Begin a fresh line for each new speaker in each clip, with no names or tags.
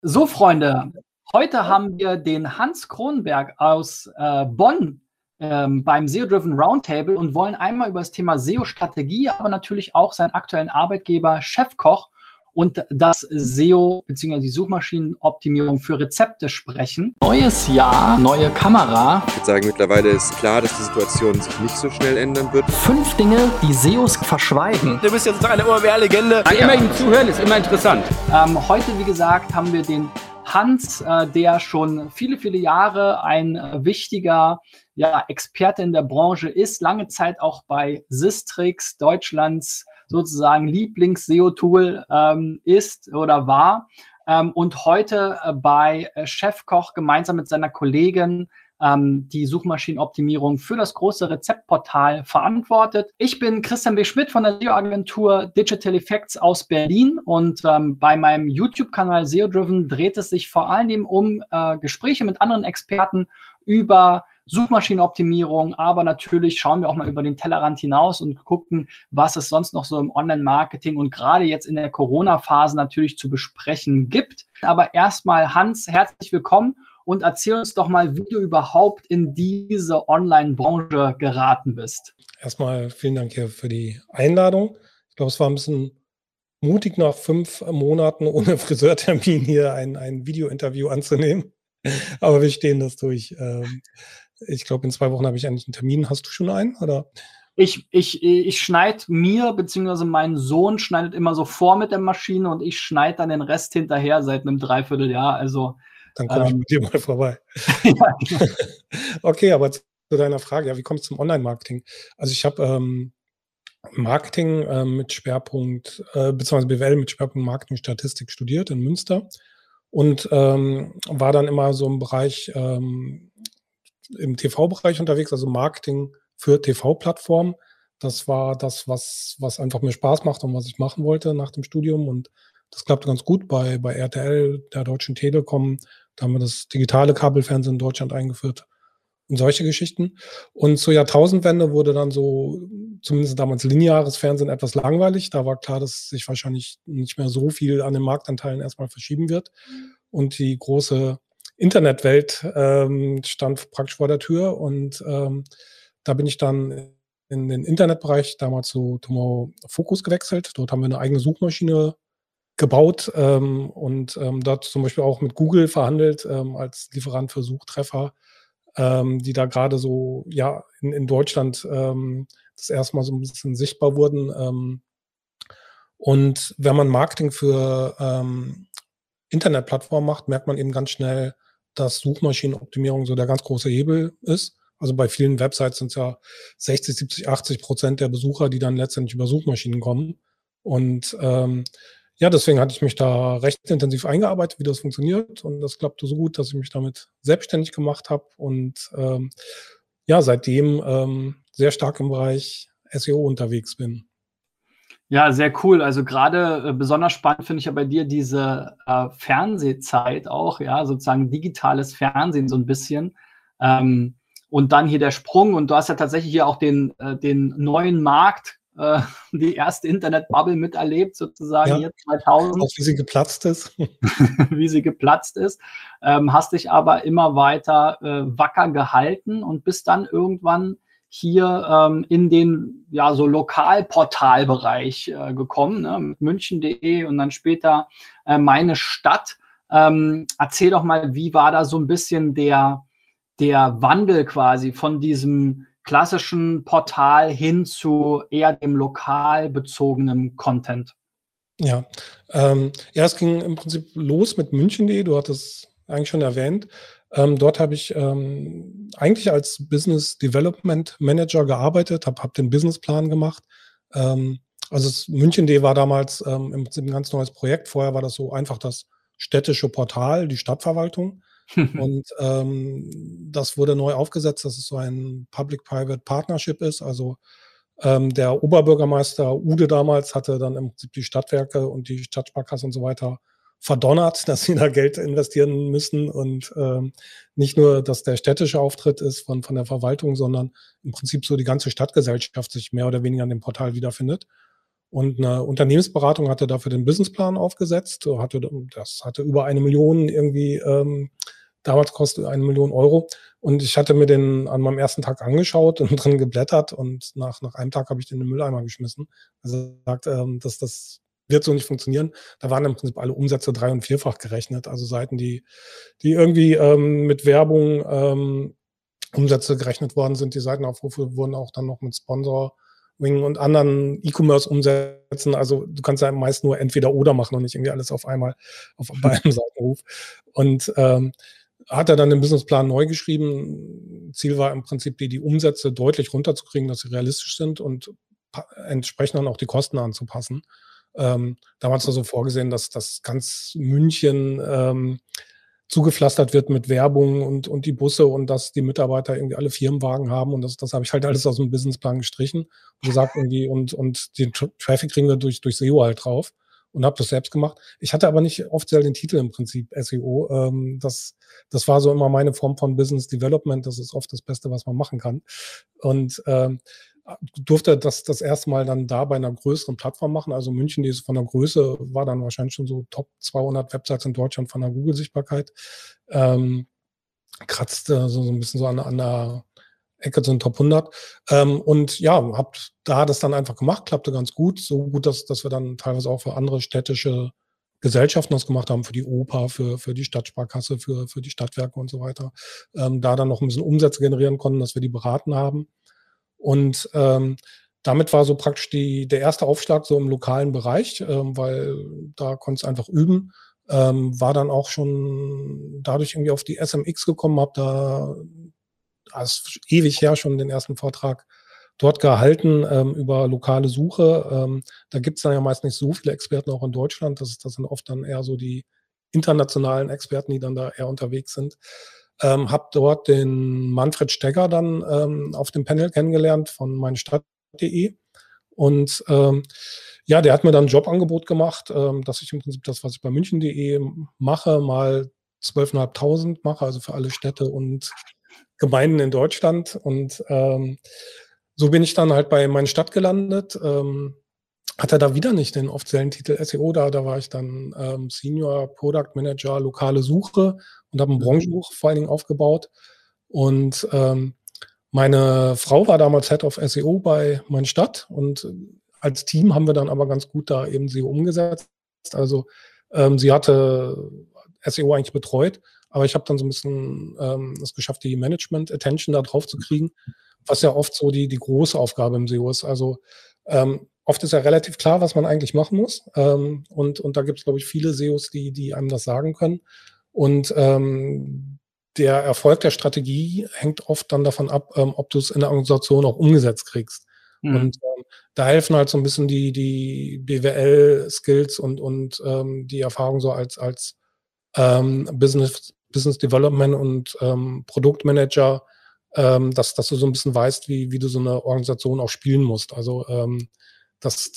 So, Freunde, heute haben wir den Hans Kronberg aus Bonn beim SEO-Driven Roundtable und wollen einmal über das Thema SEO-Strategie, aber natürlich auch seinen aktuellen Arbeitgeber Chefkoch und das SEO bzw. die Suchmaschinenoptimierung für Rezepte sprechen. Neues Jahr, neue Kamera.
Ich würde sagen, mittlerweile ist klar, dass die Situation sich nicht so schnell ändern wird.
5 Dinge, die SEOs verschweigen.
Du bist jetzt eine OMR-Legende.
Immer ihm zuhören ist immer interessant.
Heute, wie gesagt, haben wir den Hans, der schon viele, viele Jahre ein wichtiger Experte in der Branche ist, lange Zeit auch bei Sistrix, Deutschlands sozusagen Lieblings-SEO-Tool ist oder war und heute bei Chefkoch gemeinsam mit seiner Kollegin die Suchmaschinenoptimierung für das große Rezeptportal verantwortet. Ich bin Christian B. Schmidt von der SEO-Agentur Digital Effects aus Berlin und bei meinem YouTube-Kanal SEO-Driven dreht es sich vor allem um Gespräche mit anderen Experten über Suchmaschinenoptimierung, aber natürlich schauen wir auch mal über den Tellerrand hinaus und gucken, was es sonst noch so im Online-Marketing und gerade jetzt in der Corona-Phase natürlich zu besprechen gibt. Aber erstmal, Hans, herzlich willkommen und erzähl uns doch mal, wie du überhaupt in diese Online-Branche geraten bist.
Erstmal vielen Dank hier für die Einladung. Ich glaube, es war ein bisschen mutig, nach 5 Monaten ohne Friseurtermin hier ein Video-Interview anzunehmen. Aber wir stehen das durch. Ich glaube, in 2 Wochen habe ich eigentlich einen Termin. Hast du schon einen, oder?
Ich schneide mir, beziehungsweise mein Sohn schneidet immer so vor mit der Maschine und ich schneide dann den Rest hinterher seit einem Dreivierteljahr. Also
dann komme ich mit dir mal vorbei.
Ja, genau.
Okay, aber zu deiner Frage, ja, wie kommst du zum Online-Marketing? Also ich habe Marketing mit Schwerpunkt, beziehungsweise BWL mit Schwerpunkt Marketing-Statistik studiert in Münster und war dann immer so im Bereich, im TV-Bereich unterwegs, also Marketing für TV-Plattformen. Das war das, was einfach mir Spaß macht und was ich machen wollte nach dem Studium. Und das klappte ganz gut bei RTL, der Deutschen Telekom. Da haben wir das digitale Kabelfernsehen in Deutschland eingeführt und solche Geschichten. Und zur Jahrtausendwende wurde dann so, zumindest damals lineares Fernsehen, etwas langweilig. Da war klar, dass sich wahrscheinlich nicht mehr so viel an den Marktanteilen erstmal verschieben wird. Und die große Internetwelt stand praktisch vor der Tür. Und da bin ich dann in den Internetbereich damals zu Tomorrow Focus gewechselt. Dort haben wir eine eigene Suchmaschine gebaut und dort zum Beispiel auch mit Google verhandelt als Lieferant für Suchtreffer, die da gerade so in Deutschland das erste Mal so ein bisschen sichtbar wurden. Und wenn man Marketing für Internetplattformen macht, merkt man eben ganz schnell, dass Suchmaschinenoptimierung so der ganz große Hebel ist. Also bei vielen Websites sind es ja 60, 70, 80% der Besucher, die dann letztendlich über Suchmaschinen kommen. Und deswegen hatte ich mich da recht intensiv eingearbeitet, wie das funktioniert. Und das klappte so gut, dass ich mich damit selbstständig gemacht habe und seitdem sehr stark im Bereich SEO unterwegs bin.
Ja, sehr cool. Also gerade besonders spannend finde ich ja bei dir diese Fernsehzeit auch, ja, sozusagen digitales Fernsehen so ein bisschen. Und dann hier der Sprung und du hast ja tatsächlich hier auch den neuen Markt, die erste Internet-Bubble miterlebt, sozusagen hier 2000.
Auch wie sie geplatzt ist.
Wie sie geplatzt ist. Hast dich aber immer weiter wacker gehalten und bist dann irgendwann hier in den so Lokalportalbereich gekommen, ne, mit München.de und dann später meine Stadt. Erzähl doch mal, wie war da so ein bisschen der Wandel quasi von diesem klassischen Portal hin zu eher dem lokal bezogenen Content?
Ja, es ging im Prinzip los mit München.de, du hattest eigentlich schon erwähnt. Dort habe ich eigentlich als Business Development Manager gearbeitet, habe den Businessplan gemacht. München.de war damals im Prinzip ein ganz neues Projekt. Vorher war das so einfach das städtische Portal, die Stadtverwaltung. Und das wurde neu aufgesetzt, dass es so ein Public-Private Partnership ist. Also der Oberbürgermeister Ude damals hatte dann im Prinzip die Stadtwerke und die Stadtsparkasse und so weiter verdonnert, dass sie da Geld investieren müssen und nicht nur, dass der städtische Auftritt ist von der Verwaltung, sondern im Prinzip so die ganze Stadtgesellschaft sich mehr oder weniger an dem Portal wiederfindet. Und eine Unternehmensberatung hatte dafür den Businessplan aufgesetzt. Das hatte über 1 Million irgendwie, damals kostete 1 Million Euro. Und ich hatte mir den an meinem ersten Tag angeschaut und drin geblättert und nach einem Tag habe ich den in den Mülleimer geschmissen. Also gesagt, das wird so nicht funktionieren. Da waren im Prinzip alle Umsätze 3- und 4-fach gerechnet. Also Seiten, die irgendwie mit Werbung Umsätze gerechnet worden sind. Die Seitenaufrufe wurden auch dann noch mit Sponsoring und anderen E-Commerce-Umsätzen. Also du kannst ja meist nur entweder oder machen und nicht irgendwie alles auf einmal bei einem Seitenruf. Und hat er dann den Businessplan neu geschrieben. Ziel war im Prinzip, die Umsätze deutlich runterzukriegen, dass sie realistisch sind und entsprechend dann auch die Kosten anzupassen. Damals war so vorgesehen, dass das ganz München zugepflastert wird mit Werbung und die Busse und dass die Mitarbeiter irgendwie alle Firmenwagen haben und das habe ich halt alles aus dem Businessplan gestrichen und gesagt irgendwie und den Traffic kriegen wir durch SEO halt drauf und habe das selbst gemacht. Ich hatte aber nicht offiziell den Titel im Prinzip SEO. Das war so immer meine Form von Business Development. Das ist oft das Beste, was man machen kann. Und durfte das erste Mal dann da bei einer größeren Plattform machen. Also München, die ist von der Größe, war dann wahrscheinlich schon so Top 200 Websites in Deutschland von der Google-Sichtbarkeit. Kratzte so ein bisschen so an der Ecke zu den Top 100. Und ja, habe da das dann einfach gemacht, klappte ganz gut. So gut, dass wir dann teilweise auch für andere städtische Gesellschaften das gemacht haben, für die Oper, für die Stadtsparkasse, für die Stadtwerke und so weiter. Da dann noch ein bisschen Umsätze generieren konnten, dass wir die beraten haben. Und damit war so praktisch der erste Aufschlag so im lokalen Bereich, weil da konnte es einfach üben. War dann auch schon dadurch irgendwie auf die SMX gekommen, habe da ist ewig her schon den ersten Vortrag dort gehalten über lokale Suche. Da gibt es dann ja meist nicht so viele Experten auch in Deutschland. Das sind oft dann eher so die internationalen Experten, die dann da eher unterwegs sind. Habe dort den Manfred Stegger dann auf dem Panel kennengelernt von meinestadt.de und ja, der hat mir dann ein Jobangebot gemacht, dass ich im Prinzip das, was ich bei münchen.de mache, mal 12.500 mache, also für alle Städte und Gemeinden in Deutschland. Und so bin ich dann halt bei meine Stadt gelandet. Hatte da wieder nicht den offiziellen Titel SEO, da war ich dann Senior Product Manager lokale Suche und habe ein Branchenbuch vor allen Dingen aufgebaut. Und meine Frau war damals Head of SEO bei meine Stadt und als Team haben wir dann aber ganz gut da eben SEO umgesetzt. Also sie hatte SEO eigentlich betreut, aber ich habe dann so ein bisschen es geschafft, die Management-Attention da drauf zu kriegen, was ja oft so die große Aufgabe im SEO ist. Also oft ist ja relativ klar, was man eigentlich machen muss. Und da gibt es, glaube ich, viele SEOs, die einem das sagen können. Und der Erfolg der Strategie hängt oft dann davon ab, ob du es in der Organisation auch umgesetzt kriegst. Mhm. Und da helfen halt so ein bisschen die BWL-Skills und die Erfahrung so als Business Development und Produktmanager, dass du so ein bisschen weißt, wie du so eine Organisation auch spielen musst. Also dass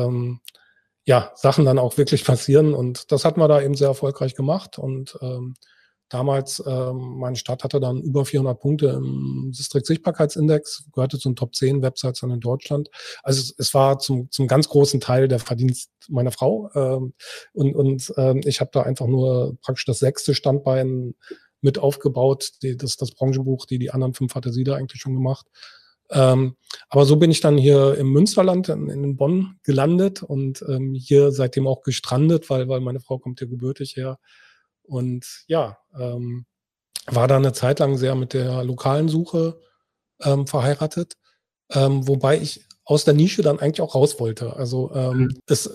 ja, Sachen dann auch wirklich passieren. Und das hat man da eben sehr erfolgreich gemacht. Und damals, meine Stadt hatte dann über 400 Punkte im Sistrix-Sichtbarkeitsindex, gehörte zu den Top 10 Websites in Deutschland. Also es war zum ganz großen Teil der Verdienst meiner Frau. Und ich habe da einfach nur praktisch das 6. Standbein mit aufgebaut. Das Branchenbuch, die anderen 5 hatte sie da eigentlich schon gemacht. Aber so bin ich dann hier im Münsterland in Bonn gelandet und hier seitdem auch gestrandet, weil meine Frau kommt hier gebürtig her. Und ja, war da eine Zeit lang sehr mit der lokalen Suche verheiratet, wobei ich aus der Nische dann eigentlich auch raus wollte. Also es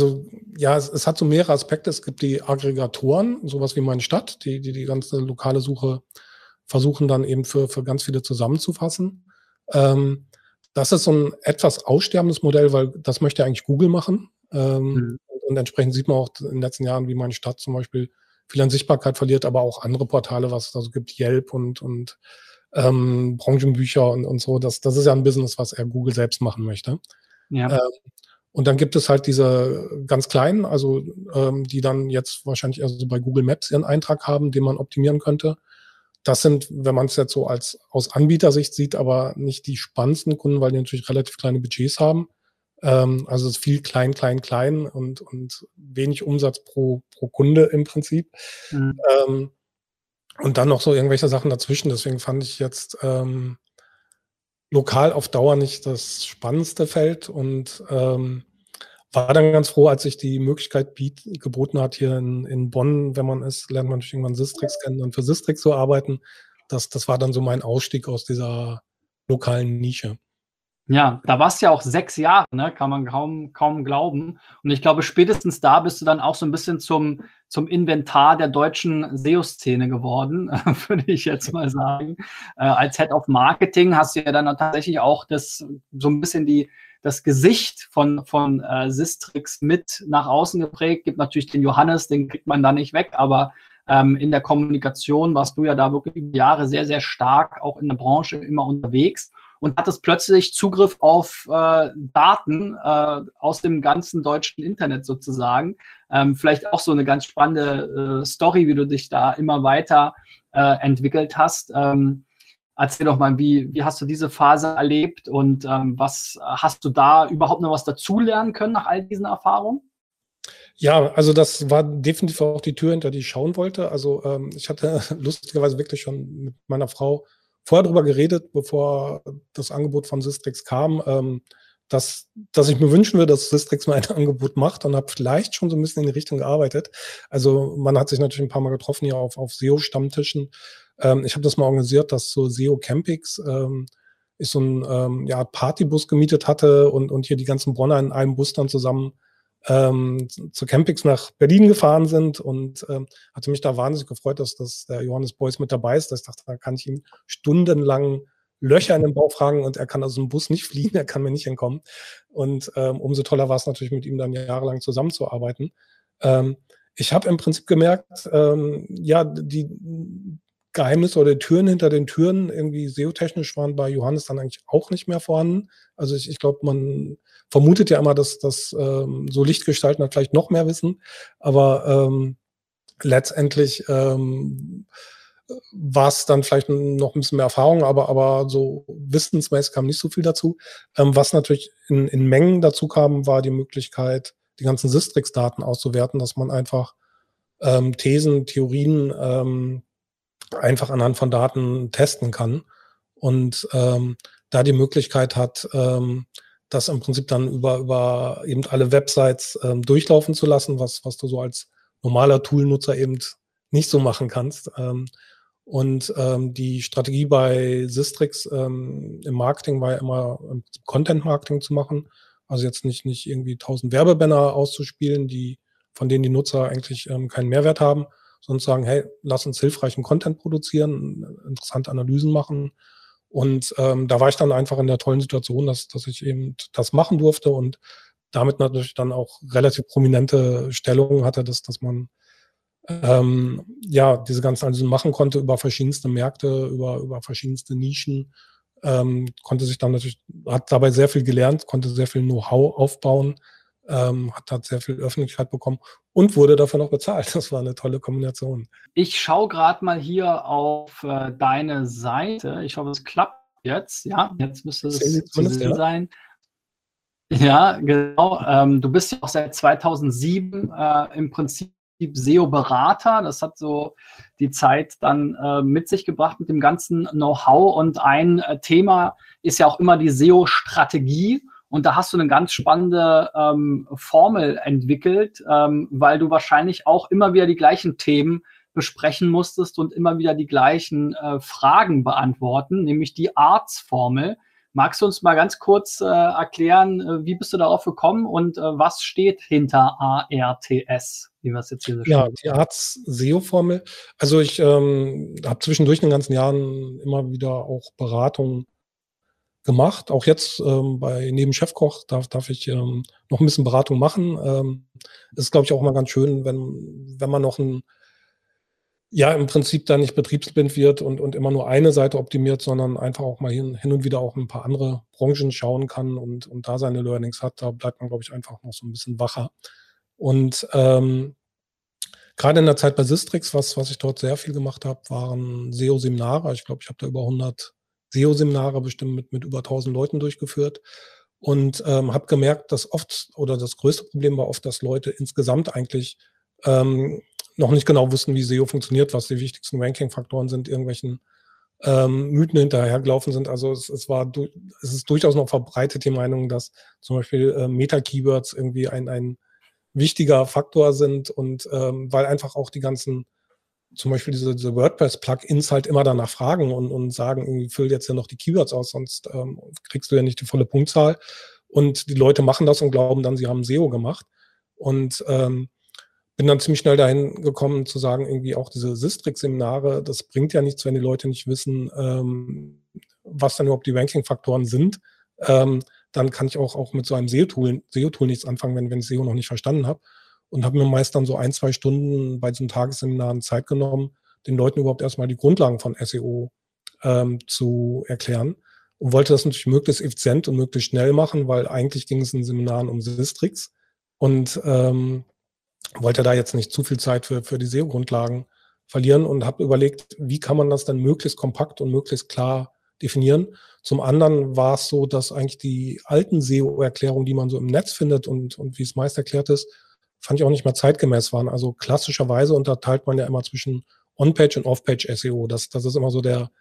hat so mehrere Aspekte. Es gibt die Aggregatoren, sowas wie meine Stadt, die ganze lokale Suche versuchen dann eben für ganz viele zusammenzufassen. Das ist so ein etwas aussterbendes Modell, weil das möchte eigentlich Google machen. Und entsprechend sieht man auch in den letzten Jahren, wie meine Stadt zum Beispiel viel an Sichtbarkeit verliert, aber auch andere Portale, was es also gibt, Yelp und Branchenbücher und so. Das ist ja ein Business, was eher Google selbst machen möchte. Ja. Und dann gibt es halt diese ganz kleinen, also die dann jetzt wahrscheinlich also bei Google Maps ihren Eintrag haben, den man optimieren könnte. Das sind, wenn man es jetzt so aus Anbietersicht sieht, aber nicht die spannendsten Kunden, weil die natürlich relativ kleine Budgets haben. Also es ist viel klein, klein, klein und wenig Umsatz pro Kunde im Prinzip.
Mhm.
Und dann noch so irgendwelche Sachen dazwischen. Deswegen fand ich jetzt lokal auf Dauer nicht das spannendste Feld und war dann ganz froh, als sich die Möglichkeit geboten hat, hier in Bonn, wenn man ist, lernt man natürlich irgendwann Sistrix kennen und für Sistrix zu arbeiten. Das war dann so mein Ausstieg aus dieser lokalen Nische.
Ja, da warst du ja auch 6 Jahre, ne? Kann man kaum glauben. Und ich glaube, spätestens da bist du dann auch so ein bisschen zum Inventar der deutschen SEO-Szene geworden, würde ich jetzt mal sagen. Als Head of Marketing hast du ja dann tatsächlich auch so ein bisschen das Gesicht von Sistrix mit nach außen geprägt. Gibt natürlich den Johannes, den kriegt man da nicht weg, aber in der Kommunikation warst du ja da wirklich über Jahre sehr, sehr stark auch in der Branche immer unterwegs und hattest plötzlich Zugriff auf Daten aus dem ganzen deutschen Internet sozusagen. Vielleicht auch so eine ganz spannende Story, wie du dich da immer weiter entwickelt hast. Erzähl doch mal, wie hast du diese Phase erlebt und was hast du da überhaupt noch was dazulernen können nach all diesen Erfahrungen?
Ja, also das war definitiv auch die Tür, hinter die ich schauen wollte. Also ich hatte lustigerweise wirklich schon mit meiner Frau vorher darüber geredet, bevor das Angebot von Sistrix kam, dass ich mir wünschen würde, dass Sistrix mal ein Angebot macht und habe vielleicht schon so ein bisschen in die Richtung gearbeitet. Also man hat sich natürlich ein paar Mal getroffen hier auf SEO-Stammtischen. Ich habe das mal organisiert, dass so SEO Campix ich so ein Partybus gemietet hatte und hier die ganzen Bonner in einem Bus dann zusammen zu Campix nach Berlin gefahren sind und hatte mich da wahnsinnig gefreut, dass der Johannes Beuys mit dabei ist. Ich dachte, da kann ich ihm stundenlang Löcher in den Bauch fragen und er kann aus dem Bus nicht fliehen, er kann mir nicht entkommen. Und umso toller war es natürlich, mit ihm dann jahrelang zusammenzuarbeiten. Ich habe im Prinzip gemerkt, die Geheimnisse oder Türen hinter den Türen irgendwie SEO-technisch waren bei Johannes dann eigentlich auch nicht mehr vorhanden. Also ich glaube, man vermutet ja immer, dass so Lichtgestalten dann vielleicht noch mehr wissen, aber letztendlich war es dann vielleicht noch ein bisschen mehr Erfahrung, aber so wissensmäßig kam nicht so viel dazu. Was natürlich in Mengen dazu kam, war die Möglichkeit, die ganzen Sistrix-Daten auszuwerten, dass man einfach Thesen, Theorien einfach anhand von Daten testen kann und da die Möglichkeit hat, das im Prinzip dann über eben alle Websites durchlaufen zu lassen, was du so als normaler Toolnutzer eben nicht so machen kannst. Und die Strategie bei Sistrix im Marketing war ja immer Content-Marketing zu machen. Also jetzt nicht irgendwie 1000 Werbebanner auszuspielen, von denen die Nutzer eigentlich keinen Mehrwert haben, sondern sagen, hey, lass uns hilfreichen Content produzieren, interessante Analysen machen. Und da war ich dann einfach in der tollen Situation, dass ich eben das machen durfte und damit natürlich dann auch relativ prominente Stellungen hatte, dass man diese ganzen Analysen machen konnte über verschiedenste Märkte, über verschiedenste Nischen, konnte sich dann natürlich, hat dabei sehr viel gelernt, konnte sehr viel Know-how aufbauen, hat sehr viel Öffentlichkeit bekommen und wurde dafür noch bezahlt. Das war eine tolle Kombination.
Ich schaue gerade mal hier auf deine Seite. Ich hoffe, es klappt jetzt. Ja, jetzt müsste es zu sehen sein. Ja, genau. Du bist ja auch seit 2007 im Prinzip SEO-Berater. Das hat so die Zeit dann mit sich gebracht mit dem ganzen Know-how. Und ein Thema ist ja auch immer die SEO-Strategie. Und da hast du eine ganz spannende Formel entwickelt, weil du wahrscheinlich auch immer wieder die gleichen Themen besprechen musstest und immer wieder die gleichen Fragen beantworten, nämlich die ARTS-Formel. Magst du uns mal ganz kurz erklären, wie bist du darauf gekommen und was steht hinter ARTS, wie wir es jetzt hier so
Ja, die ARTS-SEO-Formel. Also ich habe zwischendurch in den ganzen Jahren immer wieder auch Beratungen gemacht. Auch jetzt neben Chefkoch darf ich noch ein bisschen Beratung machen. Ist, glaube ich, auch immer ganz schön, wenn man noch im Prinzip da nicht betriebsblind wird und immer nur eine Seite optimiert, sondern einfach auch mal hin und wieder auch ein paar andere Branchen schauen kann und da seine Learnings hat. Da bleibt man, glaube ich, einfach noch so ein bisschen wacher. Und gerade in der Zeit bei Sistrix, was ich dort sehr viel gemacht habe, waren SEO-Seminare. Ich glaube, ich habe da über 100 SEO-Seminare bestimmt mit über 1000 Leuten durchgeführt. und habe gemerkt, dass oft oder das größte Problem war oft, dass Leute insgesamt eigentlich noch nicht genau wussten, wie SEO funktioniert, was die wichtigsten Ranking-Faktoren sind, irgendwelchen Mythen hinterhergelaufen sind. Also es ist durchaus noch verbreitet die Meinung, dass zum Beispiel Meta-Keywords irgendwie ein wichtiger Faktor sind und weil einfach auch die ganzen, zum Beispiel diese WordPress-Plugins halt immer danach fragen und sagen, irgendwie füll jetzt ja noch die Keywords aus, sonst kriegst du ja nicht die volle Punktzahl. Und die Leute machen das und glauben dann, sie haben SEO gemacht. Und bin dann ziemlich schnell dahin gekommen zu sagen, irgendwie auch diese Sistrix-Seminare, das bringt ja nichts, wenn die Leute nicht wissen, was dann überhaupt die Ranking-Faktoren sind. Dann kann ich auch mit so einem SEO-Tool nichts anfangen, wenn ich SEO noch nicht verstanden habe. Und habe mir meist dann so 1-2 Stunden bei diesen Tagesseminaren Zeit genommen, den Leuten überhaupt erstmal die Grundlagen von SEO zu erklären. Und wollte das natürlich möglichst effizient und möglichst schnell machen, weil eigentlich ging es in Seminaren um Sistrix. Und wollte da jetzt nicht zu viel Zeit für die SEO-Grundlagen verlieren und habe überlegt, wie kann man das dann möglichst kompakt und möglichst klar definieren. Zum anderen war es so, dass eigentlich die alten SEO-Erklärungen, die man so im Netz findet und wie es meist erklärt ist, fand ich auch nicht mehr zeitgemäß waren. Also klassischerweise unterteilt man ja immer zwischen On-Page und Off-Page-SEO. Das ist immer so der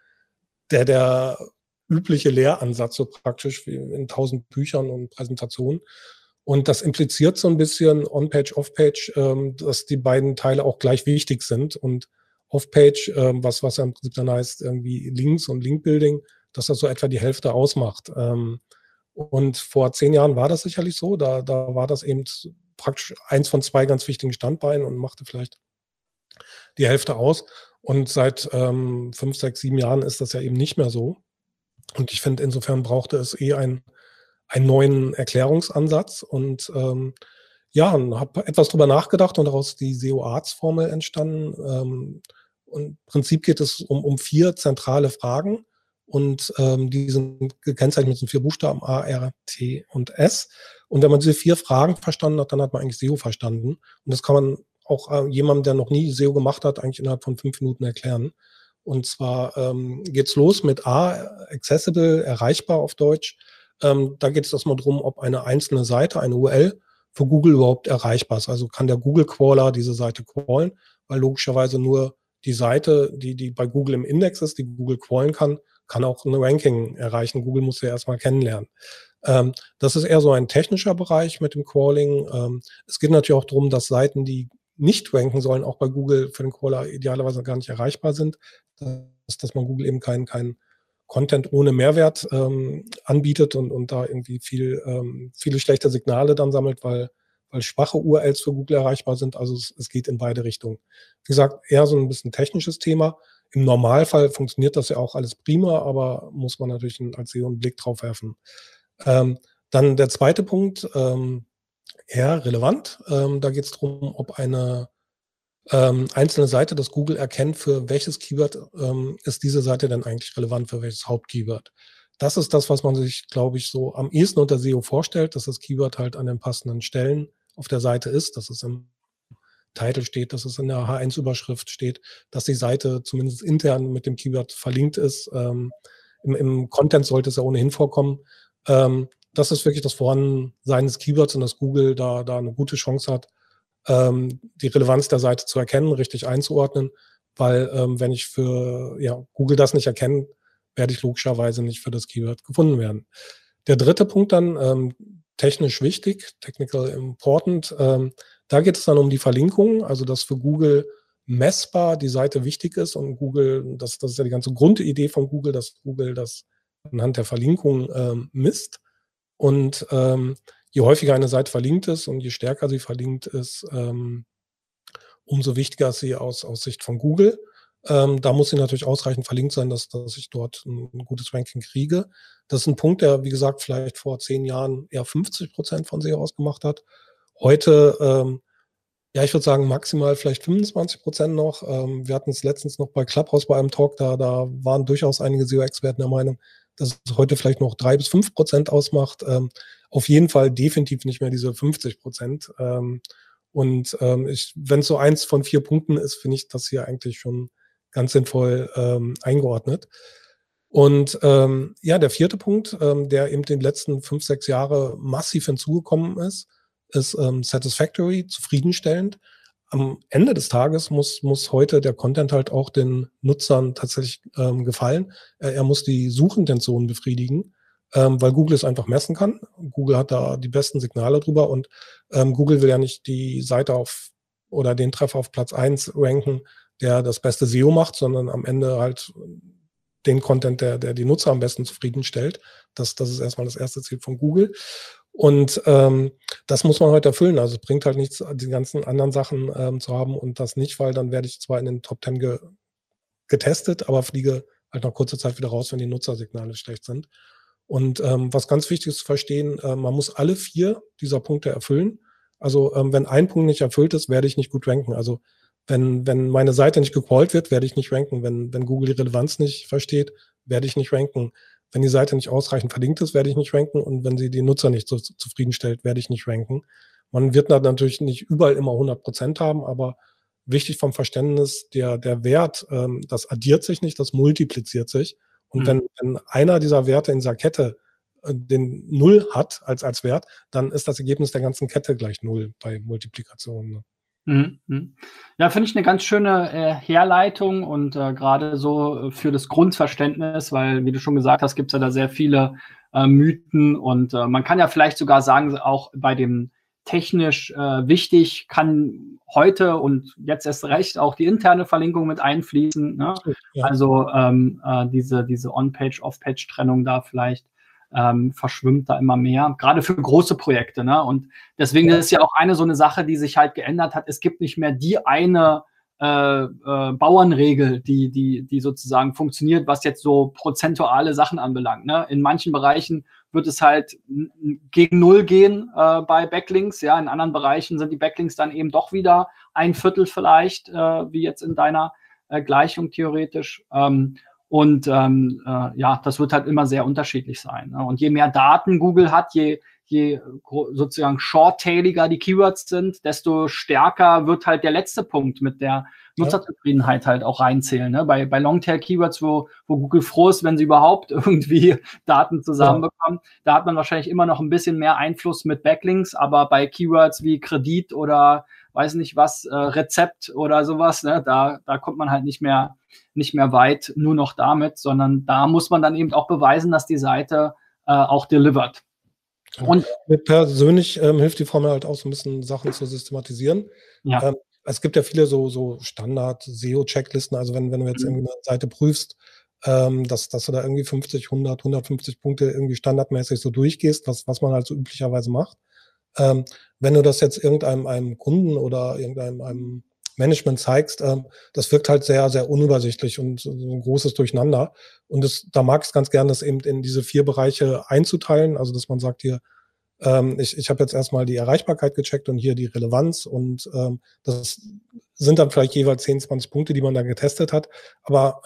übliche Lehransatz, so praktisch wie in 1000 Büchern und Präsentationen. Und das impliziert so ein bisschen On-Page, Off-Page, dass die beiden Teile auch gleich wichtig sind. Und Off-Page, was ja im Prinzip dann heißt, irgendwie Links und Link-Building, dass das so etwa die Hälfte ausmacht. Und vor 10 Jahren war das sicherlich so. Da war das eben praktisch eins von 2 ganz wichtigen Standbeinen und machte vielleicht die Hälfte aus. Und seit 5, 6, 7 Jahren ist das ja eben nicht mehr so. Und ich finde, insofern brauchte es einen neuen Erklärungsansatz und habe etwas drüber nachgedacht und daraus die SEO-Arts-Formel entstanden. Und im Prinzip geht es um 4 zentrale Fragen und die sind gekennzeichnet mit den 4 Buchstaben A, R, T und S. Und wenn man diese 4 Fragen verstanden hat, dann hat man eigentlich SEO verstanden. Und das kann man auch jemandem, der noch nie SEO gemacht hat, eigentlich innerhalb von 5 Minuten erklären. Und zwar geht's los mit A, accessible, erreichbar auf Deutsch. Da geht es erstmal darum, ob eine einzelne Seite, eine URL, für Google überhaupt erreichbar ist. Also kann der Google-Crawler diese Seite crawlen, weil logischerweise nur die Seite, die bei Google im Index ist, die Google crawlen kann auch ein Ranking erreichen. Google muss ja erstmal kennenlernen. Das ist eher so ein technischer Bereich mit dem Crawling. Es geht natürlich auch darum, dass Seiten, die nicht ranken sollen, auch bei Google für den Crawler idealerweise gar nicht erreichbar sind. Dass man Google eben kein Content ohne Mehrwert anbietet und da irgendwie viele schlechte Signale dann sammelt, weil schwache URLs für Google erreichbar sind. Also es geht in beide Richtungen. Wie gesagt, eher so ein bisschen technisches Thema. Im Normalfall funktioniert das ja auch alles prima, aber muss man natürlich als SEO einen Blick drauf werfen. Dann der zweite Punkt, eher relevant. Da geht es darum, ob eine einzelne Seite, das Google erkennt, für welches Keyword ist diese Seite denn eigentlich relevant, für welches Hauptkeyword. Das ist das, was man sich, glaube ich, so am ehesten unter SEO vorstellt, dass das Keyword halt an den passenden Stellen auf der Seite ist, dass es im Titel steht, dass es in der H1-Überschrift steht, dass die Seite zumindest intern mit dem Keyword verlinkt ist. Im Content sollte es ja ohnehin vorkommen. Das ist wirklich das Vorhandensein des Keywords und dass Google da eine gute Chance hat, die Relevanz der Seite zu erkennen, richtig einzuordnen, weil wenn ich für Google das nicht erkenne, werde ich logischerweise nicht für das Keyword gefunden werden. Der dritte Punkt dann, technisch wichtig, technical important, da geht es dann um die Verlinkung, also dass für Google messbar die Seite wichtig ist und Google, das ist ja die ganze Grundidee von Google, dass Google das anhand der Verlinkung misst und je häufiger eine Seite verlinkt ist und je stärker sie verlinkt ist, umso wichtiger ist sie aus Sicht von Google. Da muss sie natürlich ausreichend verlinkt sein, dass ich dort ein gutes Ranking kriege. Das ist ein Punkt, der, wie gesagt, vielleicht vor 10 Jahren eher 50% von SEO ausgemacht hat. Heute, ich würde sagen, maximal vielleicht 25% noch. Wir hatten es letztens noch bei Clubhouse bei einem Talk, da waren durchaus einige SEO-Experten der Meinung, dass es heute vielleicht noch 3-5% ausmacht. Auf jeden Fall definitiv nicht mehr diese 50%. Wenn es so 1 von 4 Punkten ist, finde ich das hier eigentlich schon ganz sinnvoll eingeordnet. Und ja, der vierte Punkt, der eben den letzten 5, 6 Jahre massiv hinzugekommen ist satisfactory, zufriedenstellend. Am Ende des Tages muss heute der Content halt auch den Nutzern tatsächlich gefallen. Er muss die Suchintention befriedigen, weil Google es einfach messen kann. Google hat da die besten Signale drüber und Google will ja nicht die Seite oder den Treffer auf Platz 1 ranken, der das beste SEO macht, sondern am Ende halt den Content, der die Nutzer am besten zufriedenstellt. Das ist erstmal das erste Ziel von Google. Und das muss man heute erfüllen. Also es bringt halt nichts, die ganzen anderen Sachen zu haben und das nicht, weil dann werde ich zwar in den Top 10 getestet, aber fliege halt nach kurzer Zeit wieder raus, wenn die Nutzersignale schlecht sind. Und was ganz wichtig ist zu verstehen, man muss alle 4 dieser Punkte erfüllen. Also wenn ein Punkt nicht erfüllt ist, werde ich nicht gut ranken. Also wenn meine Seite nicht gecrawlt wird, werde ich nicht ranken. Wenn Google die Relevanz nicht versteht, werde ich nicht ranken. Wenn die Seite nicht ausreichend verlinkt ist, werde ich nicht ranken. Und wenn sie die Nutzer nicht so zufriedenstellt, werde ich nicht ranken. Man wird da natürlich nicht überall immer 100% haben, aber wichtig vom Verständnis, der Wert, das addiert sich nicht, das multipliziert sich. Und wenn einer dieser Werte in dieser Kette den 0 hat als Wert, dann ist das Ergebnis der ganzen Kette gleich 0 bei Multiplikation. Ne?
Ja, finde ich eine ganz schöne Herleitung und gerade so für das Grundverständnis, weil, wie du schon gesagt hast, gibt es ja da sehr viele Mythen und man kann ja vielleicht sogar sagen, auch bei dem technisch wichtig kann heute und jetzt erst recht auch die interne Verlinkung mit einfließen. Ne? Ja. Also diese On-Page, Off-Page-Trennung da vielleicht verschwimmt da immer mehr, gerade für große Projekte. Ne? Und deswegen ist ja auch so eine Sache, die sich halt geändert hat. Es gibt nicht mehr die eine Bauernregel, die sozusagen funktioniert, was jetzt so prozentuale Sachen anbelangt. Ne? In manchen Bereichen wird es halt gegen 0 gehen bei Backlinks. Ja, in anderen Bereichen sind die Backlinks dann eben doch wieder 1/4 vielleicht, wie jetzt in deiner Gleichung theoretisch. Ja, das wird halt immer sehr unterschiedlich sein. Ne? Und je mehr Daten Google hat, je sozusagen short-tailiger die Keywords sind, desto stärker wird halt der letzte Punkt mit der Nutzerzufriedenheit halt auch reinzählen. Ne? Bei Longtail-Keywords, wo Google froh ist, wenn sie überhaupt irgendwie Daten zusammenbekommen, da hat man wahrscheinlich immer noch ein bisschen mehr Einfluss mit Backlinks, aber bei Keywords wie Kredit oder weiß nicht was, Rezept oder sowas, ne? Da kommt man halt nicht mehr weit, nur noch damit, sondern da muss man dann eben auch beweisen, dass die Seite auch delivert.
Und mir persönlich hilft die Formel halt auch so ein bisschen Sachen zu systematisieren.
Ja.
Es gibt ja viele so Standard-SEO-Checklisten, also wenn du jetzt irgendwie eine Seite prüfst, dass du da irgendwie 50, 100, 150 Punkte irgendwie standardmäßig so durchgehst, was man halt so üblicherweise macht. Wenn du das jetzt einem Kunden oder irgendeinem Management zeigst, das wirkt halt sehr, sehr unübersichtlich und so ein großes Durcheinander. Und da mag ich es ganz gerne, das eben in diese 4 Bereiche einzuteilen. Also, dass man sagt hier, ich habe jetzt erstmal die Erreichbarkeit gecheckt und hier die Relevanz und das sind dann vielleicht jeweils 10, 20 Punkte, die man da getestet hat. Aber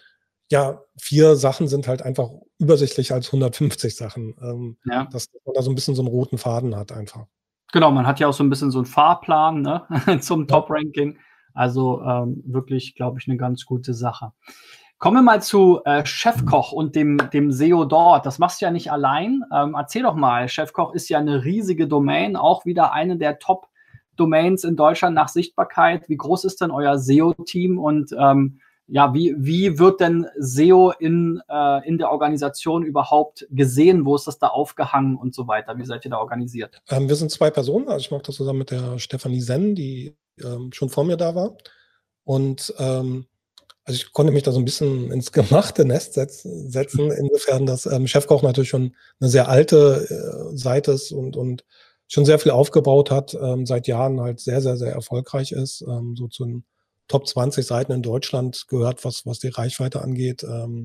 ja, 4 Sachen sind halt einfach übersichtlicher als 150 Sachen. Dass man da so ein bisschen so einen roten Faden hat einfach.
Genau, man hat ja auch so ein bisschen so einen Fahrplan, ne, zum Top-Ranking. Also wirklich, glaube ich, eine ganz gute Sache. Kommen wir mal zu Chefkoch und dem SEO dort. Das machst du ja nicht allein. Erzähl doch mal, Chefkoch ist ja eine riesige Domain, auch wieder eine der Top-Domains in Deutschland nach Sichtbarkeit. Wie groß ist denn euer SEO-Team und ja, wie wird denn SEO in der Organisation überhaupt gesehen? Wo ist das da aufgehangen und so weiter? Wie seid ihr da organisiert?
Wir sind 2 Personen. Also ich mache das zusammen mit der Stefanie Senn, die schon vor mir da war. Und also ich konnte mich da so ein bisschen ins gemachte Nest setzen, insofern, dass Chefkoch natürlich schon eine sehr alte Seite ist und schon sehr viel aufgebaut hat, seit Jahren halt sehr, sehr, sehr erfolgreich ist, so zu den Top 20 Seiten in Deutschland gehört, was die Reichweite angeht.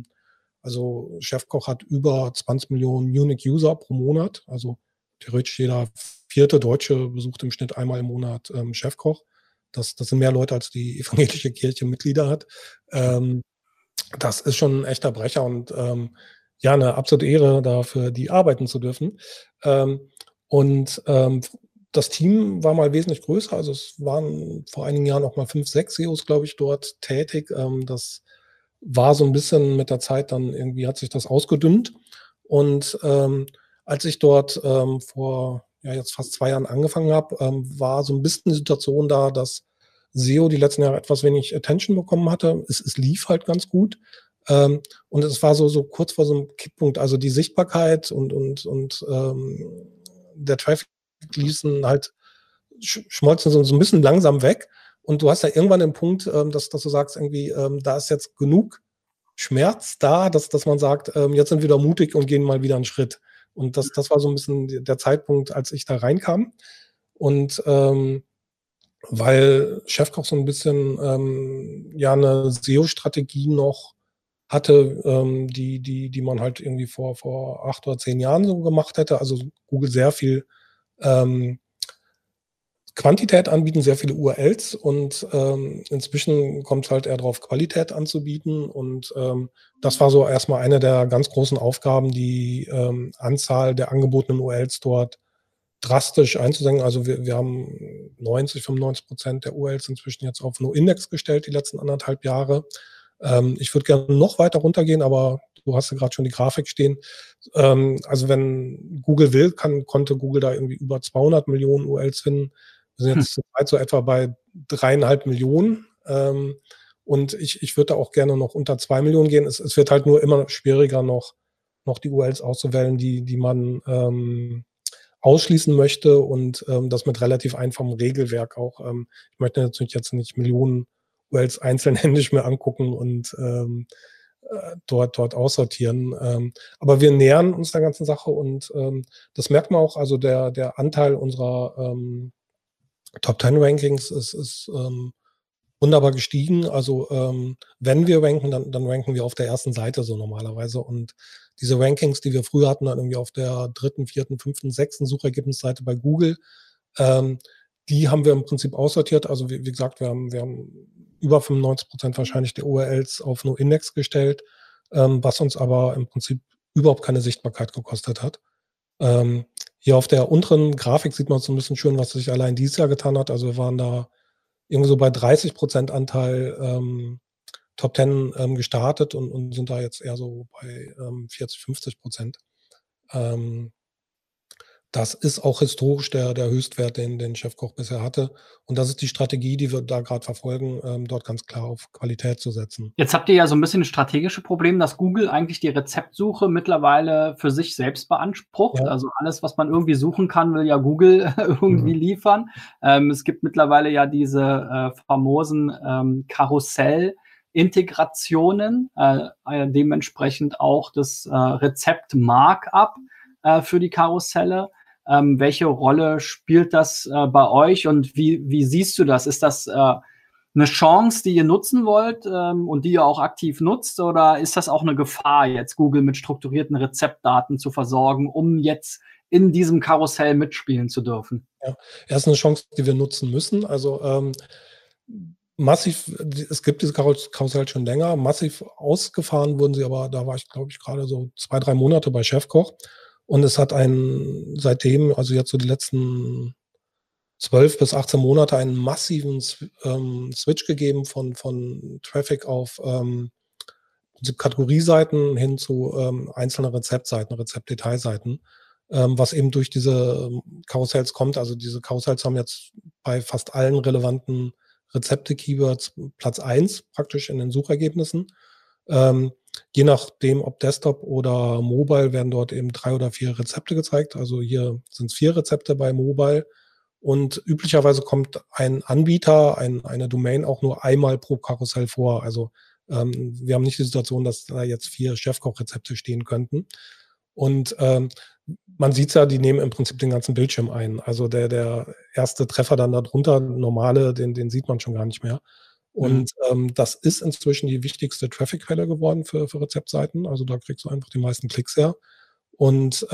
Also Chefkoch hat über 20 Millionen Unique User pro Monat. Also theoretisch jeder 4. Deutsche besucht im Schnitt einmal im Monat Chefkoch. Das sind mehr Leute, als die evangelische Kirche Mitglieder hat. Das ist schon ein echter Brecher und ja, eine absolute Ehre, dafür die arbeiten zu dürfen. Das Team war mal wesentlich größer, also es waren vor einigen Jahren auch mal 5, 6 SEOs, glaube ich, dort tätig. Das war so ein bisschen mit der Zeit dann irgendwie hat sich das ausgedünnt. Und als ich dort vor jetzt fast 2 Jahren angefangen habe, war so ein bisschen die Situation da, dass SEO die letzten Jahre etwas wenig Attention bekommen hatte. Es lief halt ganz gut. Und es war so kurz vor so einem Kipppunkt. Also die Sichtbarkeit und der Traffic ließen halt, schmolzen so ein bisschen langsam weg. Und du hast ja irgendwann den Punkt, dass du sagst, irgendwie, da ist jetzt genug Schmerz da, dass man sagt, jetzt sind wir wieder mutig und gehen mal wieder einen Schritt. Und das war so ein bisschen der Zeitpunkt, als ich da reinkam. Und weil Chefkoch so ein bisschen eine SEO-Strategie noch hatte, die man halt irgendwie vor 8 oder 10 Jahren so gemacht hätte. Also Google sehr viel Quantität anbieten, sehr viele URLs und inzwischen kommt es halt eher darauf, Qualität anzubieten und das war so erstmal eine der ganz großen Aufgaben, die Anzahl der angebotenen URLs dort drastisch einzusenken. Also wir haben 95% der URLs inzwischen jetzt auf No-Index gestellt, die letzten 1,5 Jahre. Ich würde gerne noch weiter runtergehen, aber du hast ja gerade schon die Grafik stehen. Also wenn Google will, konnte Google da irgendwie über 200 Millionen URLs finden. Wir sind jetzt zurzeit so etwa bei 3,5 Millionen. Und ich würde da auch gerne noch unter 2 Millionen gehen. Es wird halt nur immer schwieriger, noch die URLs auszuwählen, die man ausschließen möchte und das mit relativ einfachem Regelwerk auch. Ich möchte natürlich jetzt nicht Millionen URLs einzeln händisch mir angucken und dort aussortieren. Aber wir nähern uns der ganzen Sache und das merkt man auch, also der Anteil unserer Top 10 Rankings ist wunderbar gestiegen. Also wenn wir ranken, dann ranken wir auf der ersten Seite so normalerweise. Und diese Rankings, die wir früher hatten, dann irgendwie auf der 3., 4., 5., 6. Suchergebnisseite bei Google, die haben wir im Prinzip aussortiert. Also wie gesagt, wir haben über 95% wahrscheinlich der URLs auf No-Index gestellt, was uns aber im Prinzip überhaupt keine Sichtbarkeit gekostet hat. Hier auf der unteren Grafik sieht man so ein bisschen schön, was sich allein dieses Jahr getan hat. Also wir waren da irgendwie so bei 30% Anteil Top 10 gestartet und sind da jetzt eher so bei 40-50%. Das ist auch historisch der Höchstwert, den Chefkoch bisher hatte. Und das ist die Strategie, die wir da gerade verfolgen, dort ganz klar auf Qualität zu setzen.
Jetzt habt ihr ja so ein bisschen das strategische Problem, dass Google eigentlich die Rezeptsuche mittlerweile für sich selbst beansprucht.
Ja.
Also alles, was man irgendwie suchen kann, will ja Google irgendwie liefern. Es gibt mittlerweile ja diese famosen Karussell-Integrationen, dementsprechend auch das Rezept-Markup für die Karusselle. Welche Rolle spielt das bei euch und wie siehst du das? Ist das eine Chance, die ihr nutzen wollt und die ihr auch aktiv nutzt, oder ist das auch eine Gefahr, jetzt Google mit strukturierten Rezeptdaten zu versorgen, um jetzt in diesem Karussell mitspielen zu dürfen?
Ja, ist eine Chance, die wir nutzen müssen. Also massiv, es gibt diese Karussell schon länger, massiv ausgefahren wurden sie, aber da war ich, glaube ich, gerade so 2, 3 Monate bei Chefkoch. Und es hat seitdem, also jetzt so die letzten 12 bis 18 Monate, einen massiven Switch gegeben von Traffic auf Kategorieseiten hin zu einzelnen Rezeptseiten, Rezeptdetailseiten, was eben durch diese Karussells kommt. Also diese Karussells haben jetzt bei fast allen relevanten Rezepte-Keywords Platz 1 praktisch in den Suchergebnissen. Je nachdem, ob Desktop oder Mobile, werden dort eben 3 oder 4 Rezepte gezeigt. Also hier sind es 4 Rezepte bei Mobile. Und üblicherweise kommt ein Anbieter, eine Domain auch nur einmal pro Karussell vor. Also wir haben nicht die Situation, dass da jetzt 4 Chefkoch-Rezepte stehen könnten. Und man sieht ja, die nehmen im Prinzip den ganzen Bildschirm ein. Also der erste Treffer dann darunter, normale, den sieht man schon gar nicht mehr. Und das ist inzwischen die wichtigste Traffic-Quelle geworden für Rezeptseiten. Also da kriegst du einfach die meisten Klicks her. Und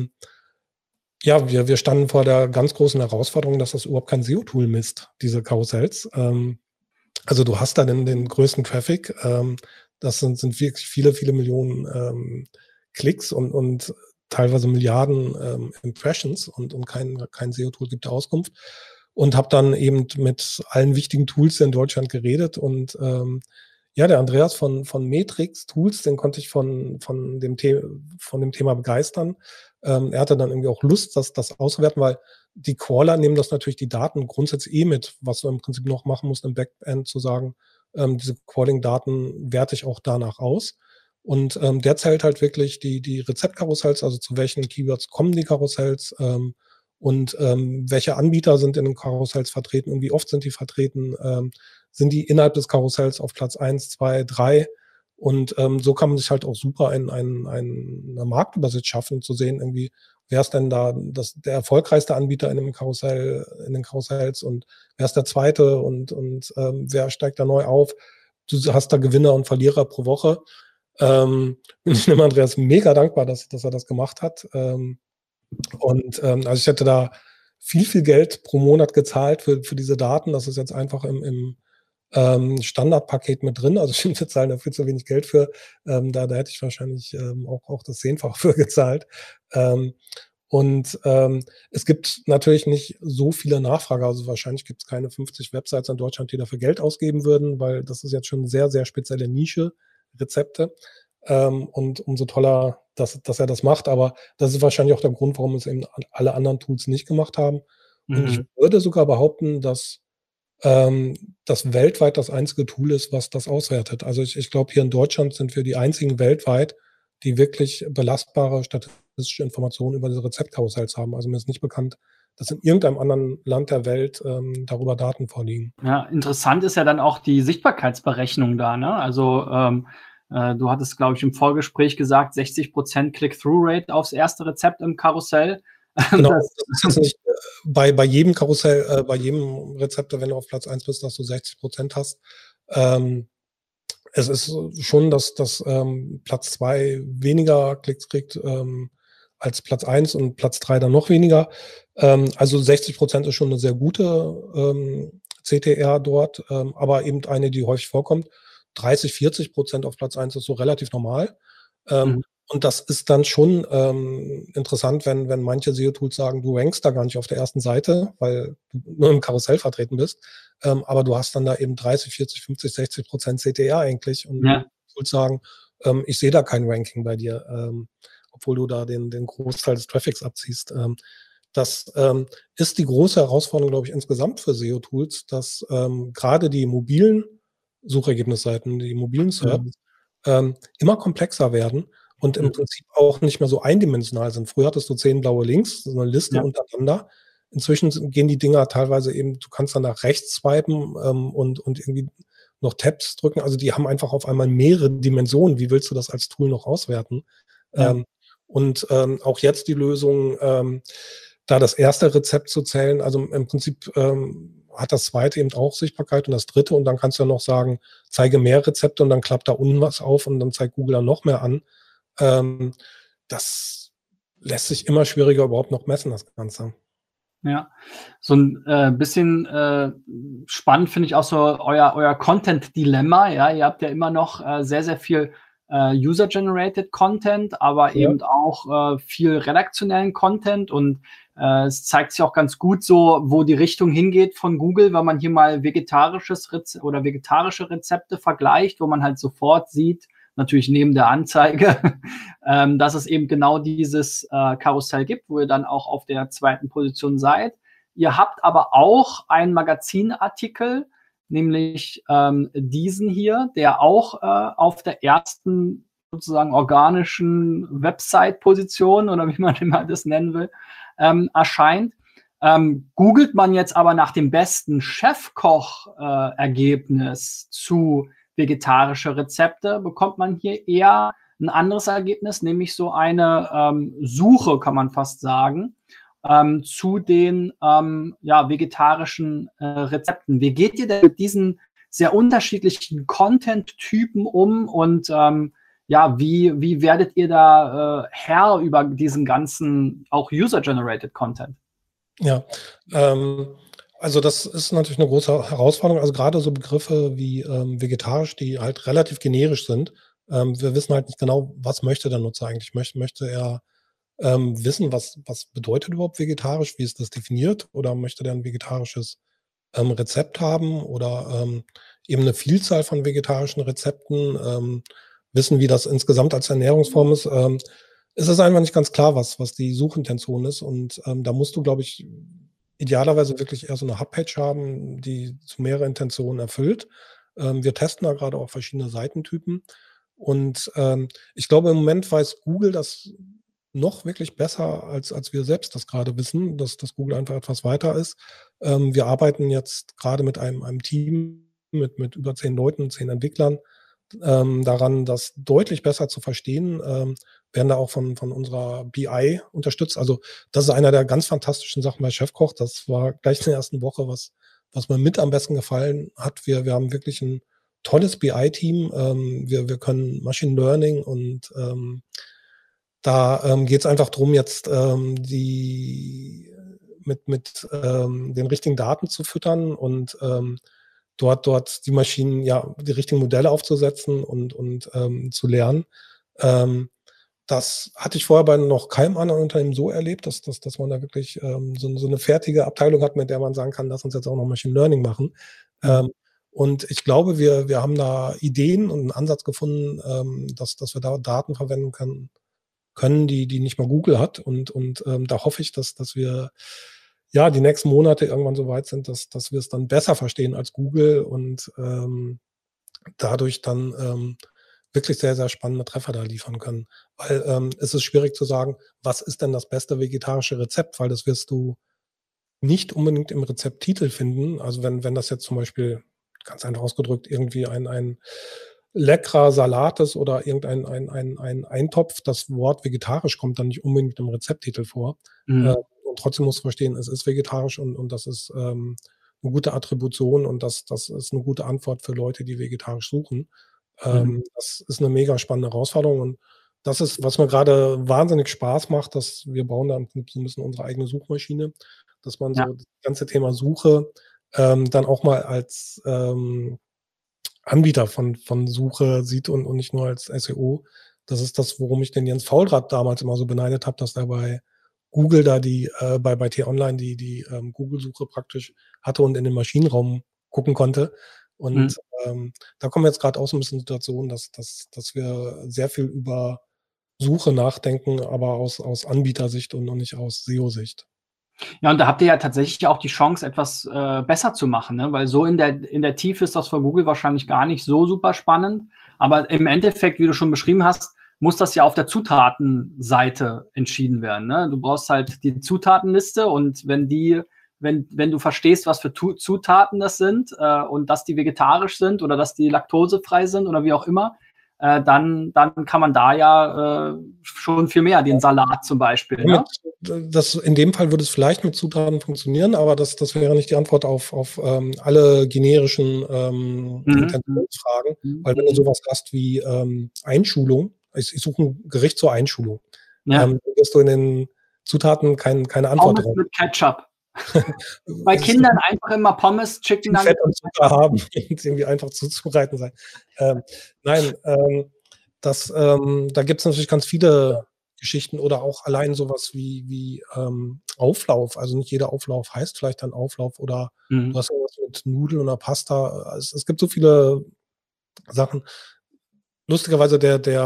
ja, wir standen vor der ganz großen Herausforderung, dass das überhaupt kein SEO-Tool misst, diese Karussells. Also du hast dann den größten Traffic. Das sind wirklich viele, viele Millionen Klicks und teilweise Milliarden Impressions und kein SEO-Tool gibt da Auskunft. Und habe dann eben mit allen wichtigen Tools in Deutschland geredet und Ja, der Andreas von Matrix Tools, den konnte ich von dem Thema begeistern. Er hatte dann irgendwie auch Lust, das auszuwerten, weil die Crawler nehmen das natürlich die Daten grundsätzlich mit, was du im Prinzip noch machen musst im Backend, zu sagen, diese Crawling-Daten werte ich auch danach aus. Und der zählt halt wirklich die Rezeptkarussells, also zu welchen Keywords kommen die Karussells, und welche Anbieter sind in den Karussells vertreten und wie oft sind die vertreten, sind die innerhalb des Karussells auf Platz 1, 2, 3. Und so kann man sich halt auch super eine Marktübersicht schaffen, zu sehen, irgendwie, wer ist denn da der erfolgreichste Anbieter in dem Karussell, in den Karussells, und wer ist der zweite und wer steigt da neu auf. Du hast da Gewinner und Verlierer pro Woche. Bin ich dem Andreas mega dankbar, dass er das gemacht hat. Also ich hätte da viel Geld pro Monat gezahlt für diese Daten. Das ist jetzt einfach im Standardpaket mit drin. Also wir zahlen da viel zu wenig Geld für. Da hätte ich wahrscheinlich auch das 10-fache für gezahlt. Es gibt natürlich nicht so viele Nachfrager. Also wahrscheinlich gibt es keine 50 Websites in Deutschland, die dafür Geld ausgeben würden, weil das ist jetzt schon sehr, sehr spezielle Nische, Rezepte. Und umso toller, dass er das macht. Aber das ist wahrscheinlich auch der Grund, warum es eben alle anderen Tools nicht gemacht haben. Und ich würde sogar behaupten, dass das weltweit das einzige Tool ist, was das auswertet. Also ich glaube, hier in Deutschland sind wir die einzigen weltweit, die wirklich belastbare statistische Informationen über diese Rezeptkarussells haben. Also mir ist nicht bekannt, dass in irgendeinem anderen Land der Welt darüber Daten vorliegen.
Ja, interessant ist ja dann auch die Sichtbarkeitsberechnung da, ne? Also du hattest, glaube ich, im Vorgespräch gesagt, 60% Click-Through-Rate aufs erste Rezept im Karussell.
Genau, das ist jetzt nicht bei jedem Karussell, bei jedem Rezept, wenn du auf Platz 1 bist, dass du 60% hast. Es ist schon, dass Platz 2 weniger Klicks kriegt als Platz 1 und Platz 3 dann noch weniger. Also 60% ist schon eine sehr gute CTR dort, aber eben eine, die häufig vorkommt. 30-40% auf Platz 1 ist so relativ normal. Und das ist dann schon interessant, wenn manche SEO-Tools sagen, du rankst da gar nicht auf der ersten Seite, weil du nur im Karussell vertreten bist. Aber du hast dann da eben 30, 40, 50, 60% CTR eigentlich. Und Tools sagen, ich sehe da kein Ranking bei dir, obwohl du da den Großteil des Traffics abziehst. Das ist die große Herausforderung, glaube ich, insgesamt für SEO-Tools, dass gerade die mobilen Suchergebnisseiten, die mobilen Search, immer komplexer werden und im Prinzip auch nicht mehr so eindimensional sind. Früher hattest du 10 blaue Links, so eine Liste untereinander. Inzwischen gehen die Dinger teilweise eben, du kannst dann nach rechts swipen und irgendwie noch Tabs drücken. Also die haben einfach auf einmal mehrere Dimensionen. Wie willst du das als Tool noch auswerten? Auch jetzt die Lösung, da das erste Rezept zu zählen, also im Prinzip hat das zweite eben auch Sichtbarkeit und das dritte, und dann kannst du ja noch sagen, zeige mehr Rezepte, und dann klappt da unten was auf und dann zeigt Google dann noch mehr an. Das lässt sich immer schwieriger überhaupt noch messen, das Ganze.
Ja, so ein bisschen spannend finde ich auch so euer Content-Dilemma. Ja, ihr habt ja immer noch sehr, sehr viel User-Generated Content, aber eben auch viel redaktionellen Content, und es zeigt sich auch ganz gut so, wo die Richtung hingeht von Google, wenn man hier mal vegetarische Rezepte vergleicht, wo man halt sofort sieht, natürlich neben der Anzeige, dass es eben genau dieses Karussell gibt, wo ihr dann auch auf der zweiten Position seid. Ihr habt aber auch einen Magazinartikel, nämlich diesen hier, der auch auf der ersten sozusagen organischen Website-Position, oder wie man immer das nennen will, erscheint. Googelt man jetzt aber nach dem besten Chefkoch-Ergebnis zu vegetarische Rezepte, bekommt man hier eher ein anderes Ergebnis, nämlich so eine Suche, kann man fast sagen, zu den vegetarischen Rezepten. Wie geht ihr denn mit diesen sehr unterschiedlichen Content-Typen um, und wie werdet ihr da Herr über diesen ganzen auch User-Generated Content?
Ja, also das ist natürlich eine große Herausforderung. Also gerade so Begriffe wie vegetarisch, die halt relativ generisch sind. Wir wissen halt nicht genau, was möchte der Nutzer eigentlich. Möchte er wissen, was bedeutet überhaupt vegetarisch, wie ist das definiert, oder möchte der ein vegetarisches Rezept haben oder eben eine Vielzahl von vegetarischen Rezepten, wissen, wie das insgesamt als Ernährungsform ist, ist es einfach nicht ganz klar, was die Suchintention ist. Und da musst du, glaube ich, idealerweise wirklich eher so eine Hubpage haben, die zu mehrere Intentionen erfüllt. Wir testen da gerade auch verschiedene Seitentypen. Und ich glaube, im Moment weiß Google das noch wirklich besser, als wir selbst das gerade wissen, dass Google einfach etwas weiter ist. Wir arbeiten jetzt gerade mit einem Team mit über 10 Leuten, 10 Entwicklern, daran, das deutlich besser zu verstehen, werden da auch von unserer BI unterstützt. Also das ist einer der ganz fantastischen Sachen bei Chefkoch. Das war gleich in der ersten Woche, was mir mit am besten gefallen hat. Wir haben wirklich ein tolles BI-Team. Wir können Machine Learning und da geht es einfach darum, jetzt die mit den richtigen Daten zu füttern und dort die Maschinen, ja, die richtigen Modelle aufzusetzen und zu lernen. Das hatte ich vorher bei noch keinem anderen Unternehmen so erlebt, dass man da wirklich so eine fertige Abteilung hat, mit der man sagen kann, lass uns jetzt auch noch Machine Learning machen. Und ich glaube, wir haben da Ideen und einen Ansatz gefunden, dass wir da Daten verwenden können, die nicht mal Google hat. Und da hoffe ich, dass wir ja die nächsten Monate irgendwann so weit sind, dass wir es dann besser verstehen als Google und dadurch dann wirklich sehr, sehr spannende Treffer da liefern können. Weil es ist schwierig zu sagen, was ist denn das beste vegetarische Rezept, weil das wirst du nicht unbedingt im Rezepttitel finden. Also wenn das jetzt zum Beispiel, ganz einfach ausgedrückt, irgendwie ein leckerer Salat ist oder irgendein ein Eintopf, das Wort vegetarisch kommt dann nicht unbedingt im Rezepttitel vor. Und trotzdem musst du verstehen, es ist vegetarisch und das ist eine gute Attribution und das ist eine gute Antwort für Leute, die vegetarisch suchen. Das ist eine mega spannende Herausforderung und das ist, was mir gerade wahnsinnig Spaß macht, dass wir bauen da so ein bisschen unsere eigene Suchmaschine, dass man so das ganze Thema Suche dann auch mal als Anbieter von Suche sieht und nicht nur als SEO. Das ist das, worum ich den Jens Faultrat damals immer so beneidet habe, dass er bei Google da bei T-Online die Google-Suche praktisch hatte und in den Maschinenraum gucken konnte. Und da kommen wir jetzt gerade auch so ein bisschen Situationen, dass wir sehr viel über Suche nachdenken, aber aus Anbietersicht und noch nicht aus SEO-Sicht.
Ja, und da habt ihr ja tatsächlich auch die Chance, etwas besser zu machen, ne? Weil so in der Tiefe ist das für Google wahrscheinlich gar nicht so super spannend. Aber im Endeffekt, wie du schon beschrieben hast, muss das ja auf der Zutatenseite entschieden werden, ne? Du brauchst halt die Zutatenliste und wenn du verstehst, was für Zutaten das sind und dass die vegetarisch sind oder dass die laktosefrei sind oder wie auch immer, dann kann man da ja schon viel mehr, den Salat zum Beispiel. Ne?
In dem Fall würde es vielleicht mit Zutaten funktionieren, aber das wäre nicht die Antwort auf alle generischen Intentionsfragen, weil wenn du sowas hast wie Einschulung, ich suche ein Gericht zur Einschulung, dann wirst du in den Zutaten keine Antwort drauf.
Mit Ketchup. Bei Kindern einfach immer Pommes, Chicken
Nuggets. Fett und Zucker haben, irgendwie einfach zuzubereiten sein. Nein, da gibt es natürlich ganz viele Geschichten oder auch allein sowas wie Auflauf. Also nicht jeder Auflauf heißt vielleicht dann Auflauf oder du hast irgendwas mit Nudeln oder Pasta. Es gibt so viele Sachen. Lustigerweise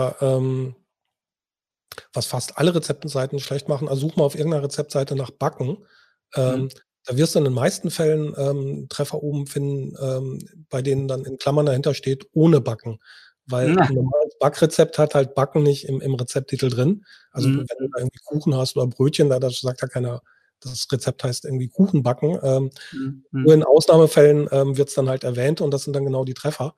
was fast alle Rezeptseiten schlecht machen, also such mal auf irgendeiner Rezeptseite nach Backen. Da wirst du in den meisten Fällen Treffer oben finden, bei denen dann in Klammern dahinter steht, ohne Backen. Weil ein normales Backrezept hat halt Backen nicht im Rezepttitel drin. Also wenn du da irgendwie Kuchen hast oder Brötchen, da sagt ja keiner, das Rezept heißt irgendwie Kuchen backen. Nur in Ausnahmefällen wird es dann halt erwähnt und das sind dann genau die Treffer.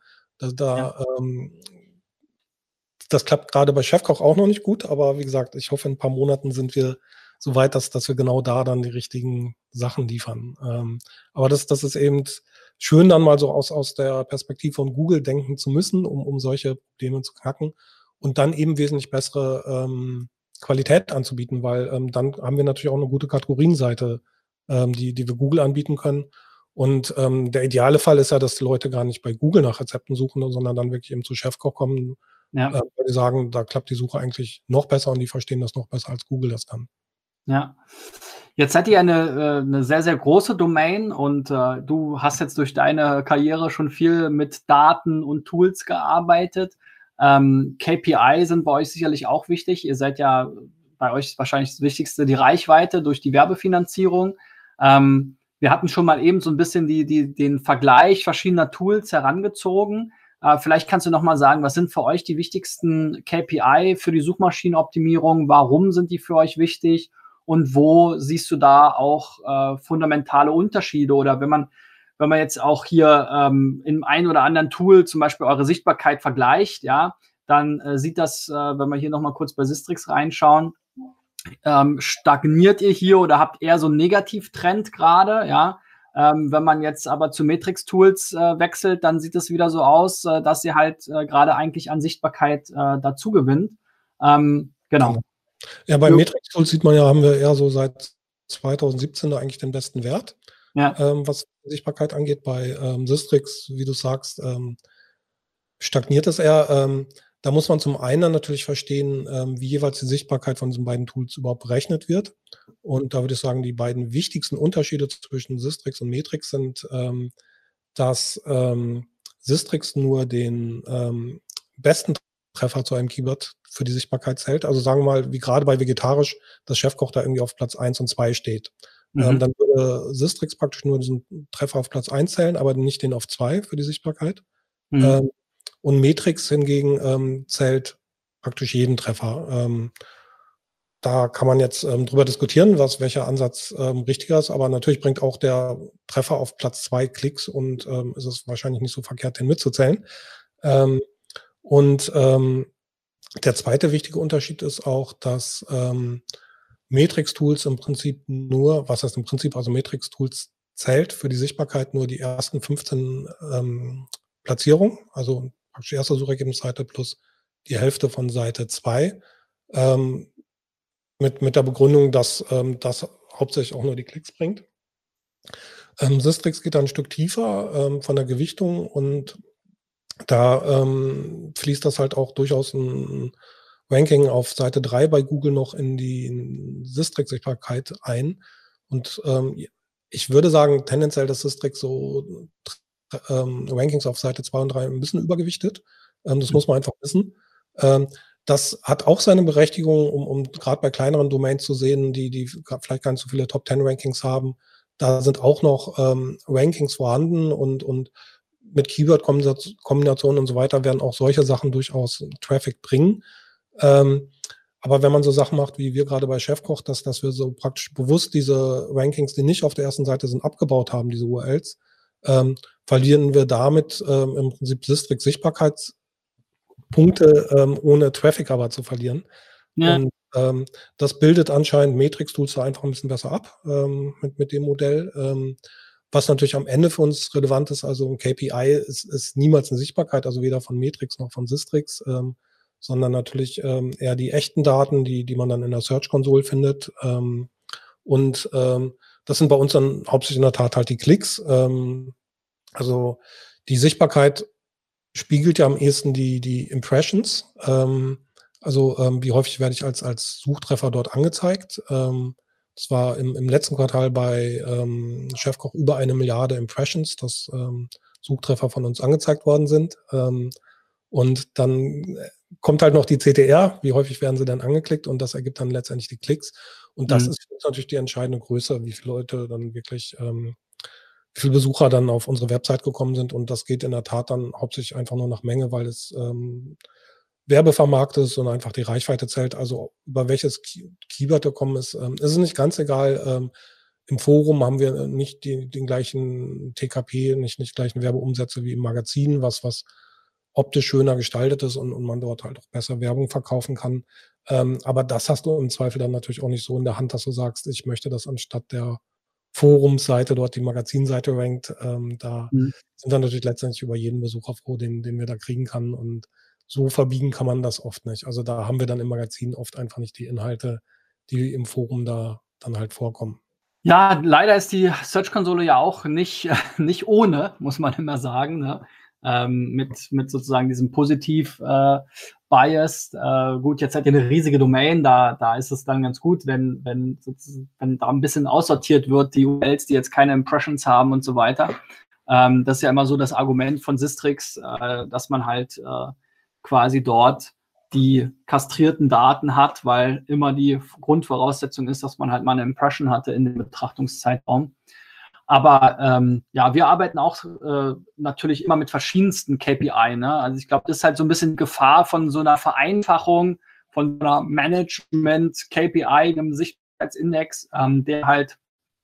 Das klappt gerade bei Chefkoch auch noch nicht gut, aber wie gesagt, ich hoffe, in ein paar Monaten sind wir so weit, dass wir genau da dann die richtigen Sachen liefern. Aber das ist eben schön, dann mal so aus der Perspektive von Google denken zu müssen, um solche Probleme zu knacken und dann eben wesentlich bessere Qualität anzubieten, weil dann haben wir natürlich auch eine gute Kategorienseite, die wir Google anbieten können. Und der ideale Fall ist ja, dass die Leute gar nicht bei Google nach Rezepten suchen, sondern dann wirklich eben zu Chefkoch kommen, weil die sagen, da klappt die Suche eigentlich noch besser und die verstehen das noch besser als Google das kann.
Ja. Jetzt seid ihr eine sehr, sehr große Domain und du hast jetzt durch deine Karriere schon viel mit Daten und Tools gearbeitet. KPI sind bei euch sicherlich auch wichtig. Ihr seid ja, bei euch ist wahrscheinlich das Wichtigste die Reichweite durch die Werbefinanzierung. Wir hatten schon mal eben so ein bisschen den Vergleich verschiedener Tools herangezogen. Vielleicht kannst du noch mal sagen, was sind für euch die wichtigsten KPI für die Suchmaschinenoptimierung? Warum sind die für euch wichtig? Und wo siehst du da auch fundamentale Unterschiede? Oder wenn man jetzt auch hier im einen oder anderen Tool zum Beispiel eure Sichtbarkeit vergleicht, ja, dann sieht das, wenn wir hier nochmal kurz bei Sistrix reinschauen, stagniert ihr hier oder habt eher so einen Negativtrend gerade, ja? Wenn man jetzt aber zu Matrix-Tools wechselt, dann sieht es wieder so aus, dass ihr halt gerade eigentlich an Sichtbarkeit dazu gewinnt. Genau.
Ja, bei Matrix-Tools sieht man ja, haben wir eher so seit 2017 da eigentlich den besten Wert,
Ja.
Was Sichtbarkeit angeht. Bei Sistrix, wie du sagst, stagniert es eher. Da muss man zum einen natürlich verstehen, wie jeweils die Sichtbarkeit von diesen beiden Tools überhaupt berechnet wird. Und da würde ich sagen, die beiden wichtigsten Unterschiede zwischen Sistrix und Matrix sind, dass Sistrix nur den besten Treffer zu einem Keyword für die Sichtbarkeit zählt. Also sagen wir mal, wie gerade bei vegetarisch, dass Chefkoch da irgendwie auf Platz 1 und 2 steht. Dann würde Sistrix praktisch nur diesen Treffer auf Platz 1 zählen, aber nicht den auf 2 für die Sichtbarkeit. Und Matrix hingegen zählt praktisch jeden Treffer. Da kann man jetzt drüber diskutieren, welcher Ansatz richtiger ist, aber natürlich bringt auch der Treffer auf Platz 2 Klicks und ist es wahrscheinlich nicht so verkehrt, den mitzuzählen. Der zweite wichtige Unterschied ist auch, dass Matrix-Tools im Prinzip nur, was heißt im Prinzip, also Matrix-Tools zählt für die Sichtbarkeit nur die ersten 15 Platzierungen, also praktisch die erste Suchergebnisseite plus die Hälfte von Seite 2, mit der Begründung, dass das hauptsächlich auch nur die Klicks bringt. Sistrix geht ein Stück tiefer von der Gewichtung und da fließt das halt auch durchaus ein Ranking auf Seite 3 bei Google noch in die Sistrix-Sichtbarkeit ein. Und ich würde sagen, tendenziell, dass Sistrix so Rankings auf Seite 2 und 3 ein bisschen übergewichtet. Das muss man einfach wissen. Das hat auch seine Berechtigung, um gerade bei kleineren Domains zu sehen, die vielleicht gar nicht so viele Top-10-Rankings haben. Da sind auch noch Rankings vorhanden und mit Keyword-Kombinationen und so weiter werden auch solche Sachen durchaus Traffic bringen. Aber wenn man so Sachen macht, wie wir gerade bei Chefkoch, dass wir so praktisch bewusst diese Rankings, die nicht auf der ersten Seite sind, abgebaut haben, diese URLs, verlieren wir damit im Prinzip Sistrix Sichtbarkeitspunkte, ohne Traffic aber zu verlieren. Ja. Und das bildet anscheinend Matrix-Tools da einfach ein bisschen besser ab mit dem Modell. Was natürlich am Ende für uns relevant ist, also ein KPI ist niemals eine Sichtbarkeit, also weder von Matrix noch von Sistrix, sondern natürlich eher die echten Daten, die man dann in der Search Console findet. Das sind bei uns dann hauptsächlich in der Tat halt die Klicks. Also die Sichtbarkeit spiegelt ja am ehesten die Impressions. Wie häufig werde ich als Suchtreffer dort angezeigt. Das war im letzten Quartal bei Chefkoch über 1 Milliarde Impressions, dass Suchtreffer von uns angezeigt worden sind. Und dann kommt halt noch die CTR, wie häufig werden sie dann angeklickt und das ergibt dann letztendlich die Klicks. Und das ist natürlich die entscheidende Größe, wie viele Leute dann wirklich, wie viele Besucher dann auf unsere Website gekommen sind. Und das geht in der Tat dann hauptsächlich einfach nur nach Menge, weil es werbevermarktet ist und einfach die Reichweite zählt. Also über welches Keyword gekommen ist, ist es nicht ganz egal. Im Forum haben wir nicht den gleichen TKP, nicht gleichen Werbeumsätze wie im Magazin, was optisch schöner gestaltet ist und man dort halt auch besser Werbung verkaufen kann. Aber das hast du im Zweifel dann natürlich auch nicht so in der Hand, dass du sagst, ich möchte, dass anstatt der Forumsseite dort die Magazinseite rankt. Da sind wir natürlich letztendlich über jeden Besucher froh, den wir da kriegen kann. Und so verbiegen kann man das oft nicht. Also da haben wir dann im Magazin oft einfach nicht die Inhalte, die im Forum da dann halt vorkommen.
Ja, leider ist die Search-Konsole ja auch nicht ohne, muss man immer sagen, ne? Mit sozusagen diesem Positiv-Bias biased. Gut, jetzt hat ihr eine riesige Domain, da ist es dann ganz gut, wenn da ein bisschen aussortiert wird, die URLs, die jetzt keine Impressions haben und so weiter. Das ist ja immer so das Argument von Sistrix, dass man halt quasi dort die kastrierten Daten hat, weil immer die Grundvoraussetzung ist, dass man halt mal eine Impression hatte in dem Betrachtungszeitraum. Aber ja, wir arbeiten auch natürlich immer mit verschiedensten KPI. Ne? Also ich glaube, das ist halt so ein bisschen Gefahr von so einer Vereinfachung, von einer Management-KPI, einem Sichtbarkeitsindex, der halt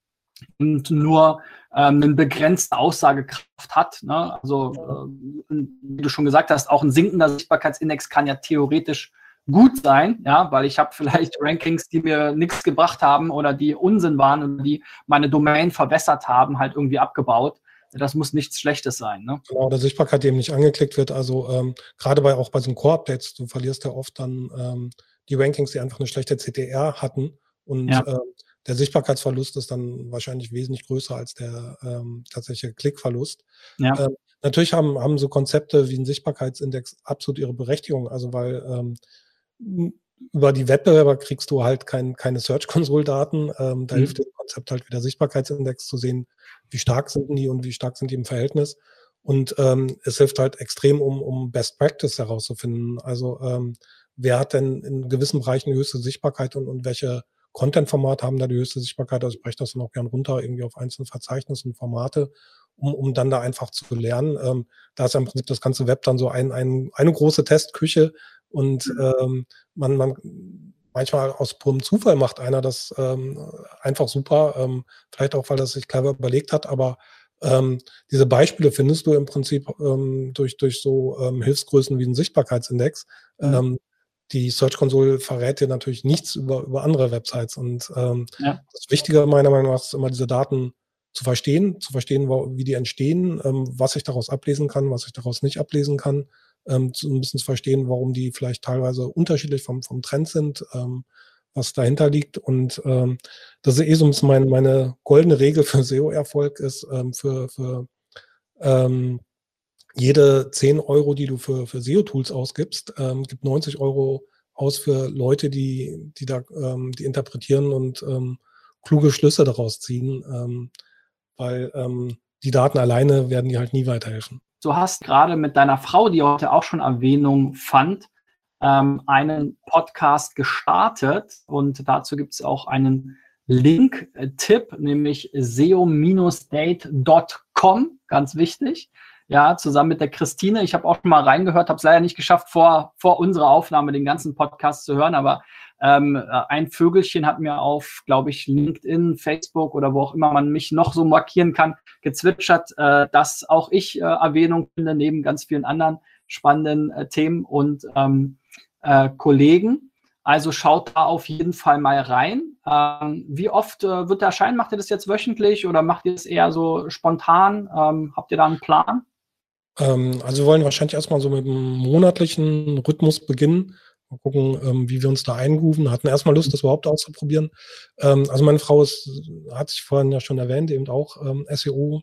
nur eine begrenzte Aussagekraft hat. Ne? Also, wie du schon gesagt hast, auch ein sinkender Sichtbarkeitsindex kann ja theoretisch gut sein, ja, weil ich habe vielleicht Rankings, die mir nichts gebracht haben oder die Unsinn waren und die meine Domain verwässert haben, halt irgendwie abgebaut. Das muss nichts Schlechtes sein. Ne?
Genau, oder Sichtbarkeit, die eben nicht angeklickt wird. Also gerade auch bei so Core-Updates, du verlierst ja oft dann die Rankings, die einfach eine schlechte CTR hatten. Und der Sichtbarkeitsverlust ist dann wahrscheinlich wesentlich größer als der tatsächliche Klickverlust.
Ja.
Natürlich haben so Konzepte wie ein Sichtbarkeitsindex absolut ihre Berechtigung. Also weil über die Wettbewerber kriegst du halt keine Search-Console-Daten. Da hilft dem Konzept halt wieder Sichtbarkeitsindex zu sehen, wie stark sind die und wie stark sind die im Verhältnis. Und es hilft halt extrem, um Best Practice herauszufinden. Also wer hat denn in gewissen Bereichen die höchste Sichtbarkeit und welche Content-Formate haben da die höchste Sichtbarkeit? Also ich breche das dann auch gern runter, irgendwie auf einzelne Verzeichnisse und Formate, um dann da einfach zu lernen. Da ist ja im Prinzip das ganze Web dann so eine große Testküche und man manchmal aus purem Zufall macht einer das einfach super, vielleicht auch, weil er es sich clever überlegt hat, aber diese Beispiele findest du im Prinzip durch so Hilfsgrößen wie einen Sichtbarkeitsindex. Die Search Console verrät dir natürlich nichts über andere Websites und das Wichtige meiner Meinung nach ist immer, diese Daten zu verstehen, wie die entstehen, was ich daraus ablesen kann, was ich daraus nicht ablesen kann, ein bisschen zu verstehen, warum die vielleicht teilweise unterschiedlich vom Trend sind, was dahinter liegt. Und das ist so ein bisschen meine goldene Regel für SEO-Erfolg ist, für jede 10 Euro, die du für SEO-Tools ausgibst, gibt 90 Euro aus für Leute, die interpretieren und kluge Schlüsse daraus ziehen, weil die Daten alleine werden dir halt nie weiterhelfen.
Du hast gerade mit deiner Frau, die heute auch schon Erwähnung fand, einen Podcast gestartet und dazu gibt es auch einen Link-Tipp, nämlich seo-date.com, ganz wichtig. Ja, zusammen mit der Christine. Ich habe auch schon mal reingehört, habe es leider nicht geschafft, vor unserer Aufnahme den ganzen Podcast zu hören, aber ein Vögelchen hat mir auf, glaube ich, LinkedIn, Facebook oder wo auch immer man mich noch so markieren kann, gezwitschert, dass auch ich Erwähnung finde, neben ganz vielen anderen spannenden Themen und Kollegen. Also schaut da auf jeden Fall mal rein. Wie oft wird der erscheinen? Macht ihr das jetzt wöchentlich oder macht ihr das eher so spontan? Habt ihr da einen Plan?
Also wir wollen wahrscheinlich erstmal so mit einem monatlichen Rhythmus beginnen. Mal gucken, wie wir uns da eingrooven. Hatten erstmal Lust, das überhaupt auszuprobieren. Also meine Frau hat sich vorhin ja schon erwähnt, eben auch SEO.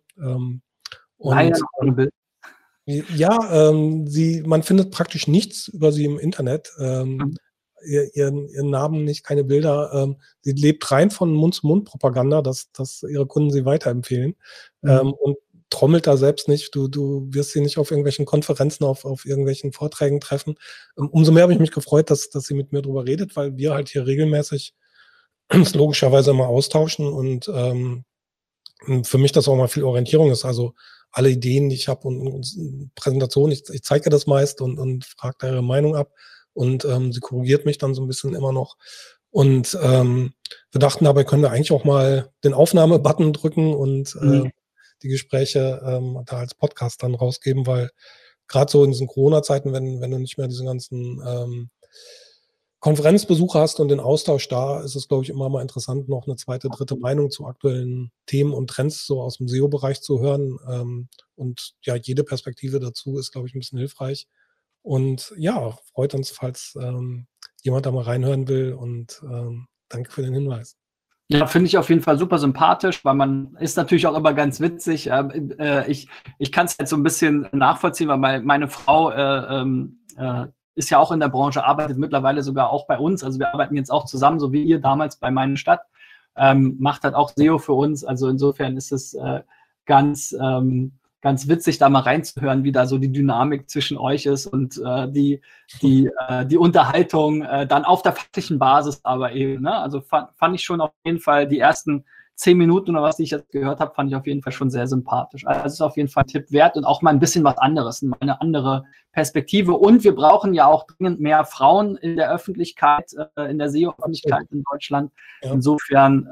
Man findet praktisch nichts über sie im Internet. Ihren Namen nicht, keine Bilder. Sie lebt rein von Mund-zu-Mund-Propaganda, dass ihre Kunden sie weiterempfehlen. Und trommelt da selbst nicht. Du wirst sie nicht auf irgendwelchen Konferenzen, auf irgendwelchen Vorträgen treffen. Umso mehr habe ich mich gefreut, dass sie mit mir drüber redet, weil wir halt hier regelmäßig uns logischerweise immer austauschen und für mich das auch mal viel Orientierung ist. Also alle Ideen, die ich habe und Präsentationen, ich zeige das meist und frage da ihre Meinung ab und sie korrigiert mich dann so ein bisschen immer noch. Und wir dachten, dabei können wir eigentlich auch mal den Aufnahme-Button drücken und die Gespräche da als Podcast dann rausgeben, weil gerade so in diesen Corona-Zeiten, wenn du nicht mehr diesen ganzen Konferenzbesuche hast und den Austausch da, ist es, glaube ich, immer mal interessant, noch eine zweite, dritte Meinung zu aktuellen Themen und Trends so aus dem SEO-Bereich zu hören. Und ja, jede Perspektive dazu ist, glaube ich, ein bisschen hilfreich. Und ja, freut uns, falls jemand da mal reinhören will und danke für den Hinweis.
Ja, finde ich auf jeden Fall super sympathisch, weil man ist natürlich auch immer ganz witzig. Ich kann es halt so ein bisschen nachvollziehen, weil meine Frau ist ja auch in der Branche, arbeitet mittlerweile sogar auch bei uns. Also wir arbeiten jetzt auch zusammen, so wie ihr damals bei Meine Stadt. Macht halt auch SEO für uns. Also insofern ist es ganz witzig, da mal reinzuhören, wie da so die Dynamik zwischen euch ist und die Unterhaltung dann auf der fachlichen Basis aber eben. Ne? Also fand ich schon auf jeden Fall die ersten 10 Minuten oder was, die ich jetzt gehört habe, fand ich auf jeden Fall schon sehr sympathisch. Also es ist auf jeden Fall ein Tipp wert und auch mal ein bisschen was anderes, eine andere Perspektive. Und wir brauchen ja auch dringend mehr Frauen in der Öffentlichkeit, in der SEO-Öffentlichkeit in Deutschland. Ja. Insofern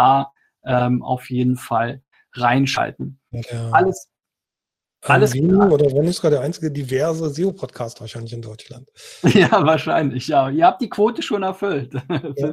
auf jeden Fall reinschalten.
Ja.
Alles
oder wenn nicht sogar der einzige diverse SEO-Podcast wahrscheinlich in Deutschland.
Ja, wahrscheinlich, ja. Ihr habt die Quote schon erfüllt. Ja.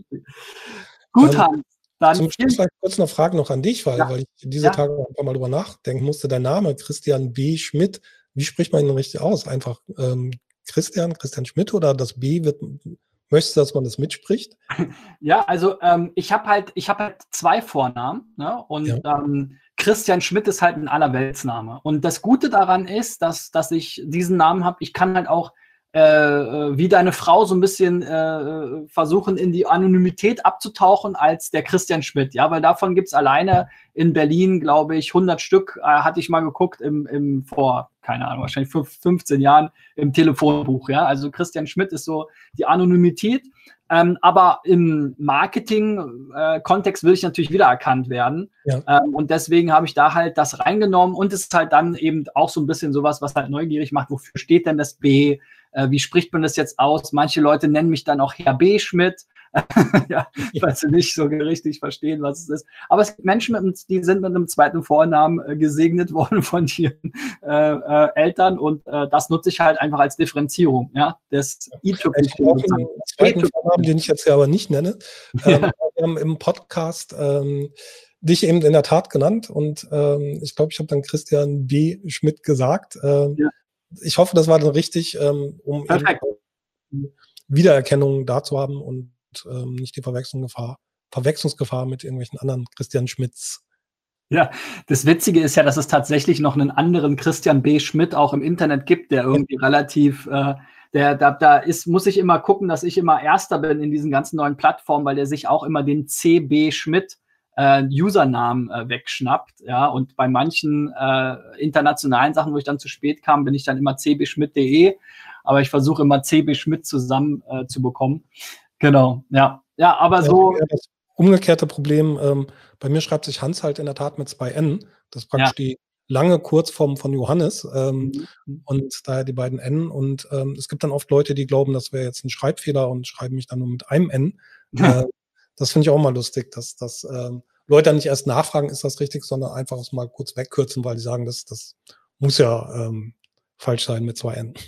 Gut, Hans.
Dann zum Schluss kurz eine Frage noch an dich, weil ich diese Tage ein paar Mal drüber nachdenken musste. Dein Name, Christian B. Schmidt, wie spricht man ihn richtig aus? Einfach Christian Schmidt oder das B möchtest du, dass man das mitspricht?
Ja, also ich habe halt 2 Vornamen, ne? Und Christian Schmidt ist halt ein Allerweltsname. Und das Gute daran ist, dass ich diesen Namen habe. Ich kann halt auch wie deine Frau so ein bisschen versuchen, in die Anonymität abzutauchen als der Christian Schmidt, ja, weil davon gibt's alleine in Berlin, glaube ich, 100 Stück, hatte ich mal geguckt, vor, keine Ahnung, wahrscheinlich 15 Jahren im Telefonbuch, ja, also Christian Schmidt ist so die Anonymität, aber im Marketing-Kontext will ich natürlich wiedererkannt werden. Ja. Und deswegen habe ich da halt das reingenommen und es ist halt dann eben auch so ein bisschen sowas, was halt neugierig macht, wofür steht denn das B? Wie spricht man das jetzt aus? Manche Leute nennen mich dann auch Herr B. Schmidt, ja, weil sie nicht so richtig verstehen, was es ist. Aber es gibt Menschen, die sind mit einem zweiten Vornamen gesegnet worden von ihren Eltern und das nutze ich halt einfach als Differenzierung. Ja, des
i-Tüpfelchen. Einen zweiten Vornamen, den ich jetzt hier aber nicht nenne. Wir haben im Podcast dich eben in der Tat genannt und ich glaube, ich habe dann Christian B. Schmidt gesagt. Ich hoffe, das war dann richtig, um Wiedererkennung da zu haben und nicht die Verwechslungsgefahr mit irgendwelchen anderen Christian Schmidts.
Ja, das Witzige ist ja, dass es tatsächlich noch einen anderen Christian B. Schmidt auch im Internet gibt, der irgendwie relativ, muss ich immer gucken, dass ich immer Erster bin in diesen ganzen neuen Plattformen, weil der sich auch immer den CB Schmidt Usernamen wegschnappt, ja, und bei manchen internationalen Sachen, wo ich dann zu spät kam, bin ich dann immer cbschmidt.de, aber ich versuche immer CB Schmidt zusammen zu bekommen. Genau, ja, aber so.
Ja, das umgekehrte Problem, bei mir schreibt sich Hans halt in der Tat mit 2 N, das ist praktisch die lange Kurzform von Johannes und daher die beiden N und es gibt dann oft Leute, die glauben, das wäre jetzt ein Schreibfehler und schreiben mich dann nur mit einem N. Das finde ich auch mal lustig, dass Leute dann nicht erst nachfragen, ist das richtig, sondern einfach es mal kurz wegkürzen, weil die sagen, das muss ja falsch sein mit 2 N.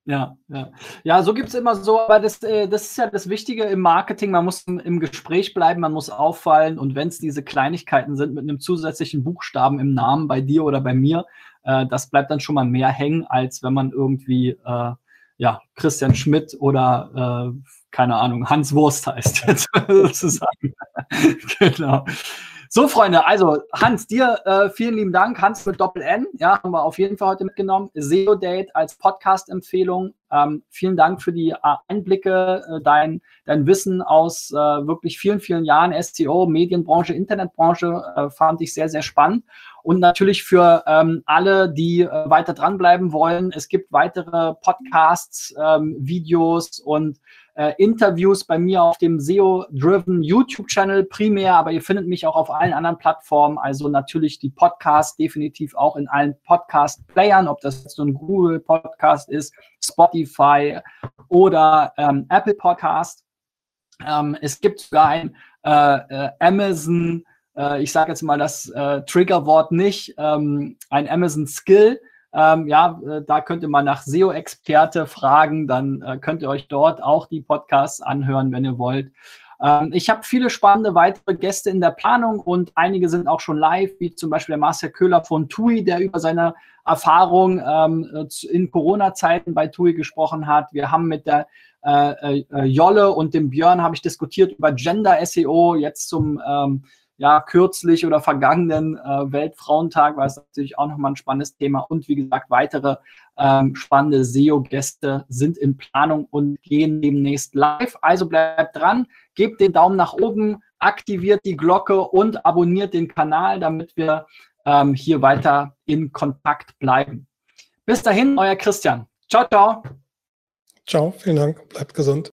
Ja, so gibt's immer so, aber das ist ja das Wichtige im Marketing, man muss im Gespräch bleiben, man muss auffallen und wenn es diese Kleinigkeiten sind mit einem zusätzlichen Buchstaben im Namen bei dir oder bei mir, das bleibt dann schon mal mehr hängen, als wenn man irgendwie Christian Schmidt oder keine Ahnung, Hans Wurst heißt jetzt sozusagen. Genau. So, Freunde, also Hans, dir vielen lieben Dank. Hans mit Doppel-N, ja, haben wir auf jeden Fall heute mitgenommen. SEO Date als Podcast-Empfehlung. Vielen Dank für die Einblicke, dein Wissen aus wirklich vielen, vielen Jahren SEO, Medienbranche, Internetbranche, fand ich sehr, sehr spannend. Und natürlich für alle, die weiter dranbleiben wollen, es gibt weitere Podcasts, Videos und Interviews bei mir auf dem SEO-driven YouTube-Channel primär, aber ihr findet mich auch auf allen anderen Plattformen, also natürlich die Podcasts definitiv auch in allen Podcast-Playern, ob das so ein Google-Podcast ist, Spotify oder Apple Podcast. Es gibt sogar ein Amazon, ich sage jetzt mal das Triggerwort nicht, ein Amazon Skill. Da könnt ihr mal nach SEO-Experte fragen, dann könnt ihr euch dort auch die Podcasts anhören, wenn ihr wollt. Ich habe viele spannende weitere Gäste in der Planung und einige sind auch schon live, wie zum Beispiel der Marcel Köhler von TUI, der über seine Erfahrung in Corona-Zeiten bei TUI gesprochen hat. Wir haben mit der Jolle und dem Björn habe ich diskutiert über Gender-SEO, jetzt zum ja, kürzlich oder vergangenen Weltfrauentag war es natürlich auch nochmal ein spannendes Thema. Und wie gesagt, weitere spannende SEO-Gäste sind in Planung und gehen demnächst live. Also bleibt dran, gebt den Daumen nach oben, aktiviert die Glocke und abonniert den Kanal, damit wir hier weiter in Kontakt bleiben. Bis dahin, euer Christian. Ciao, ciao.
Ciao, vielen Dank. Bleibt gesund.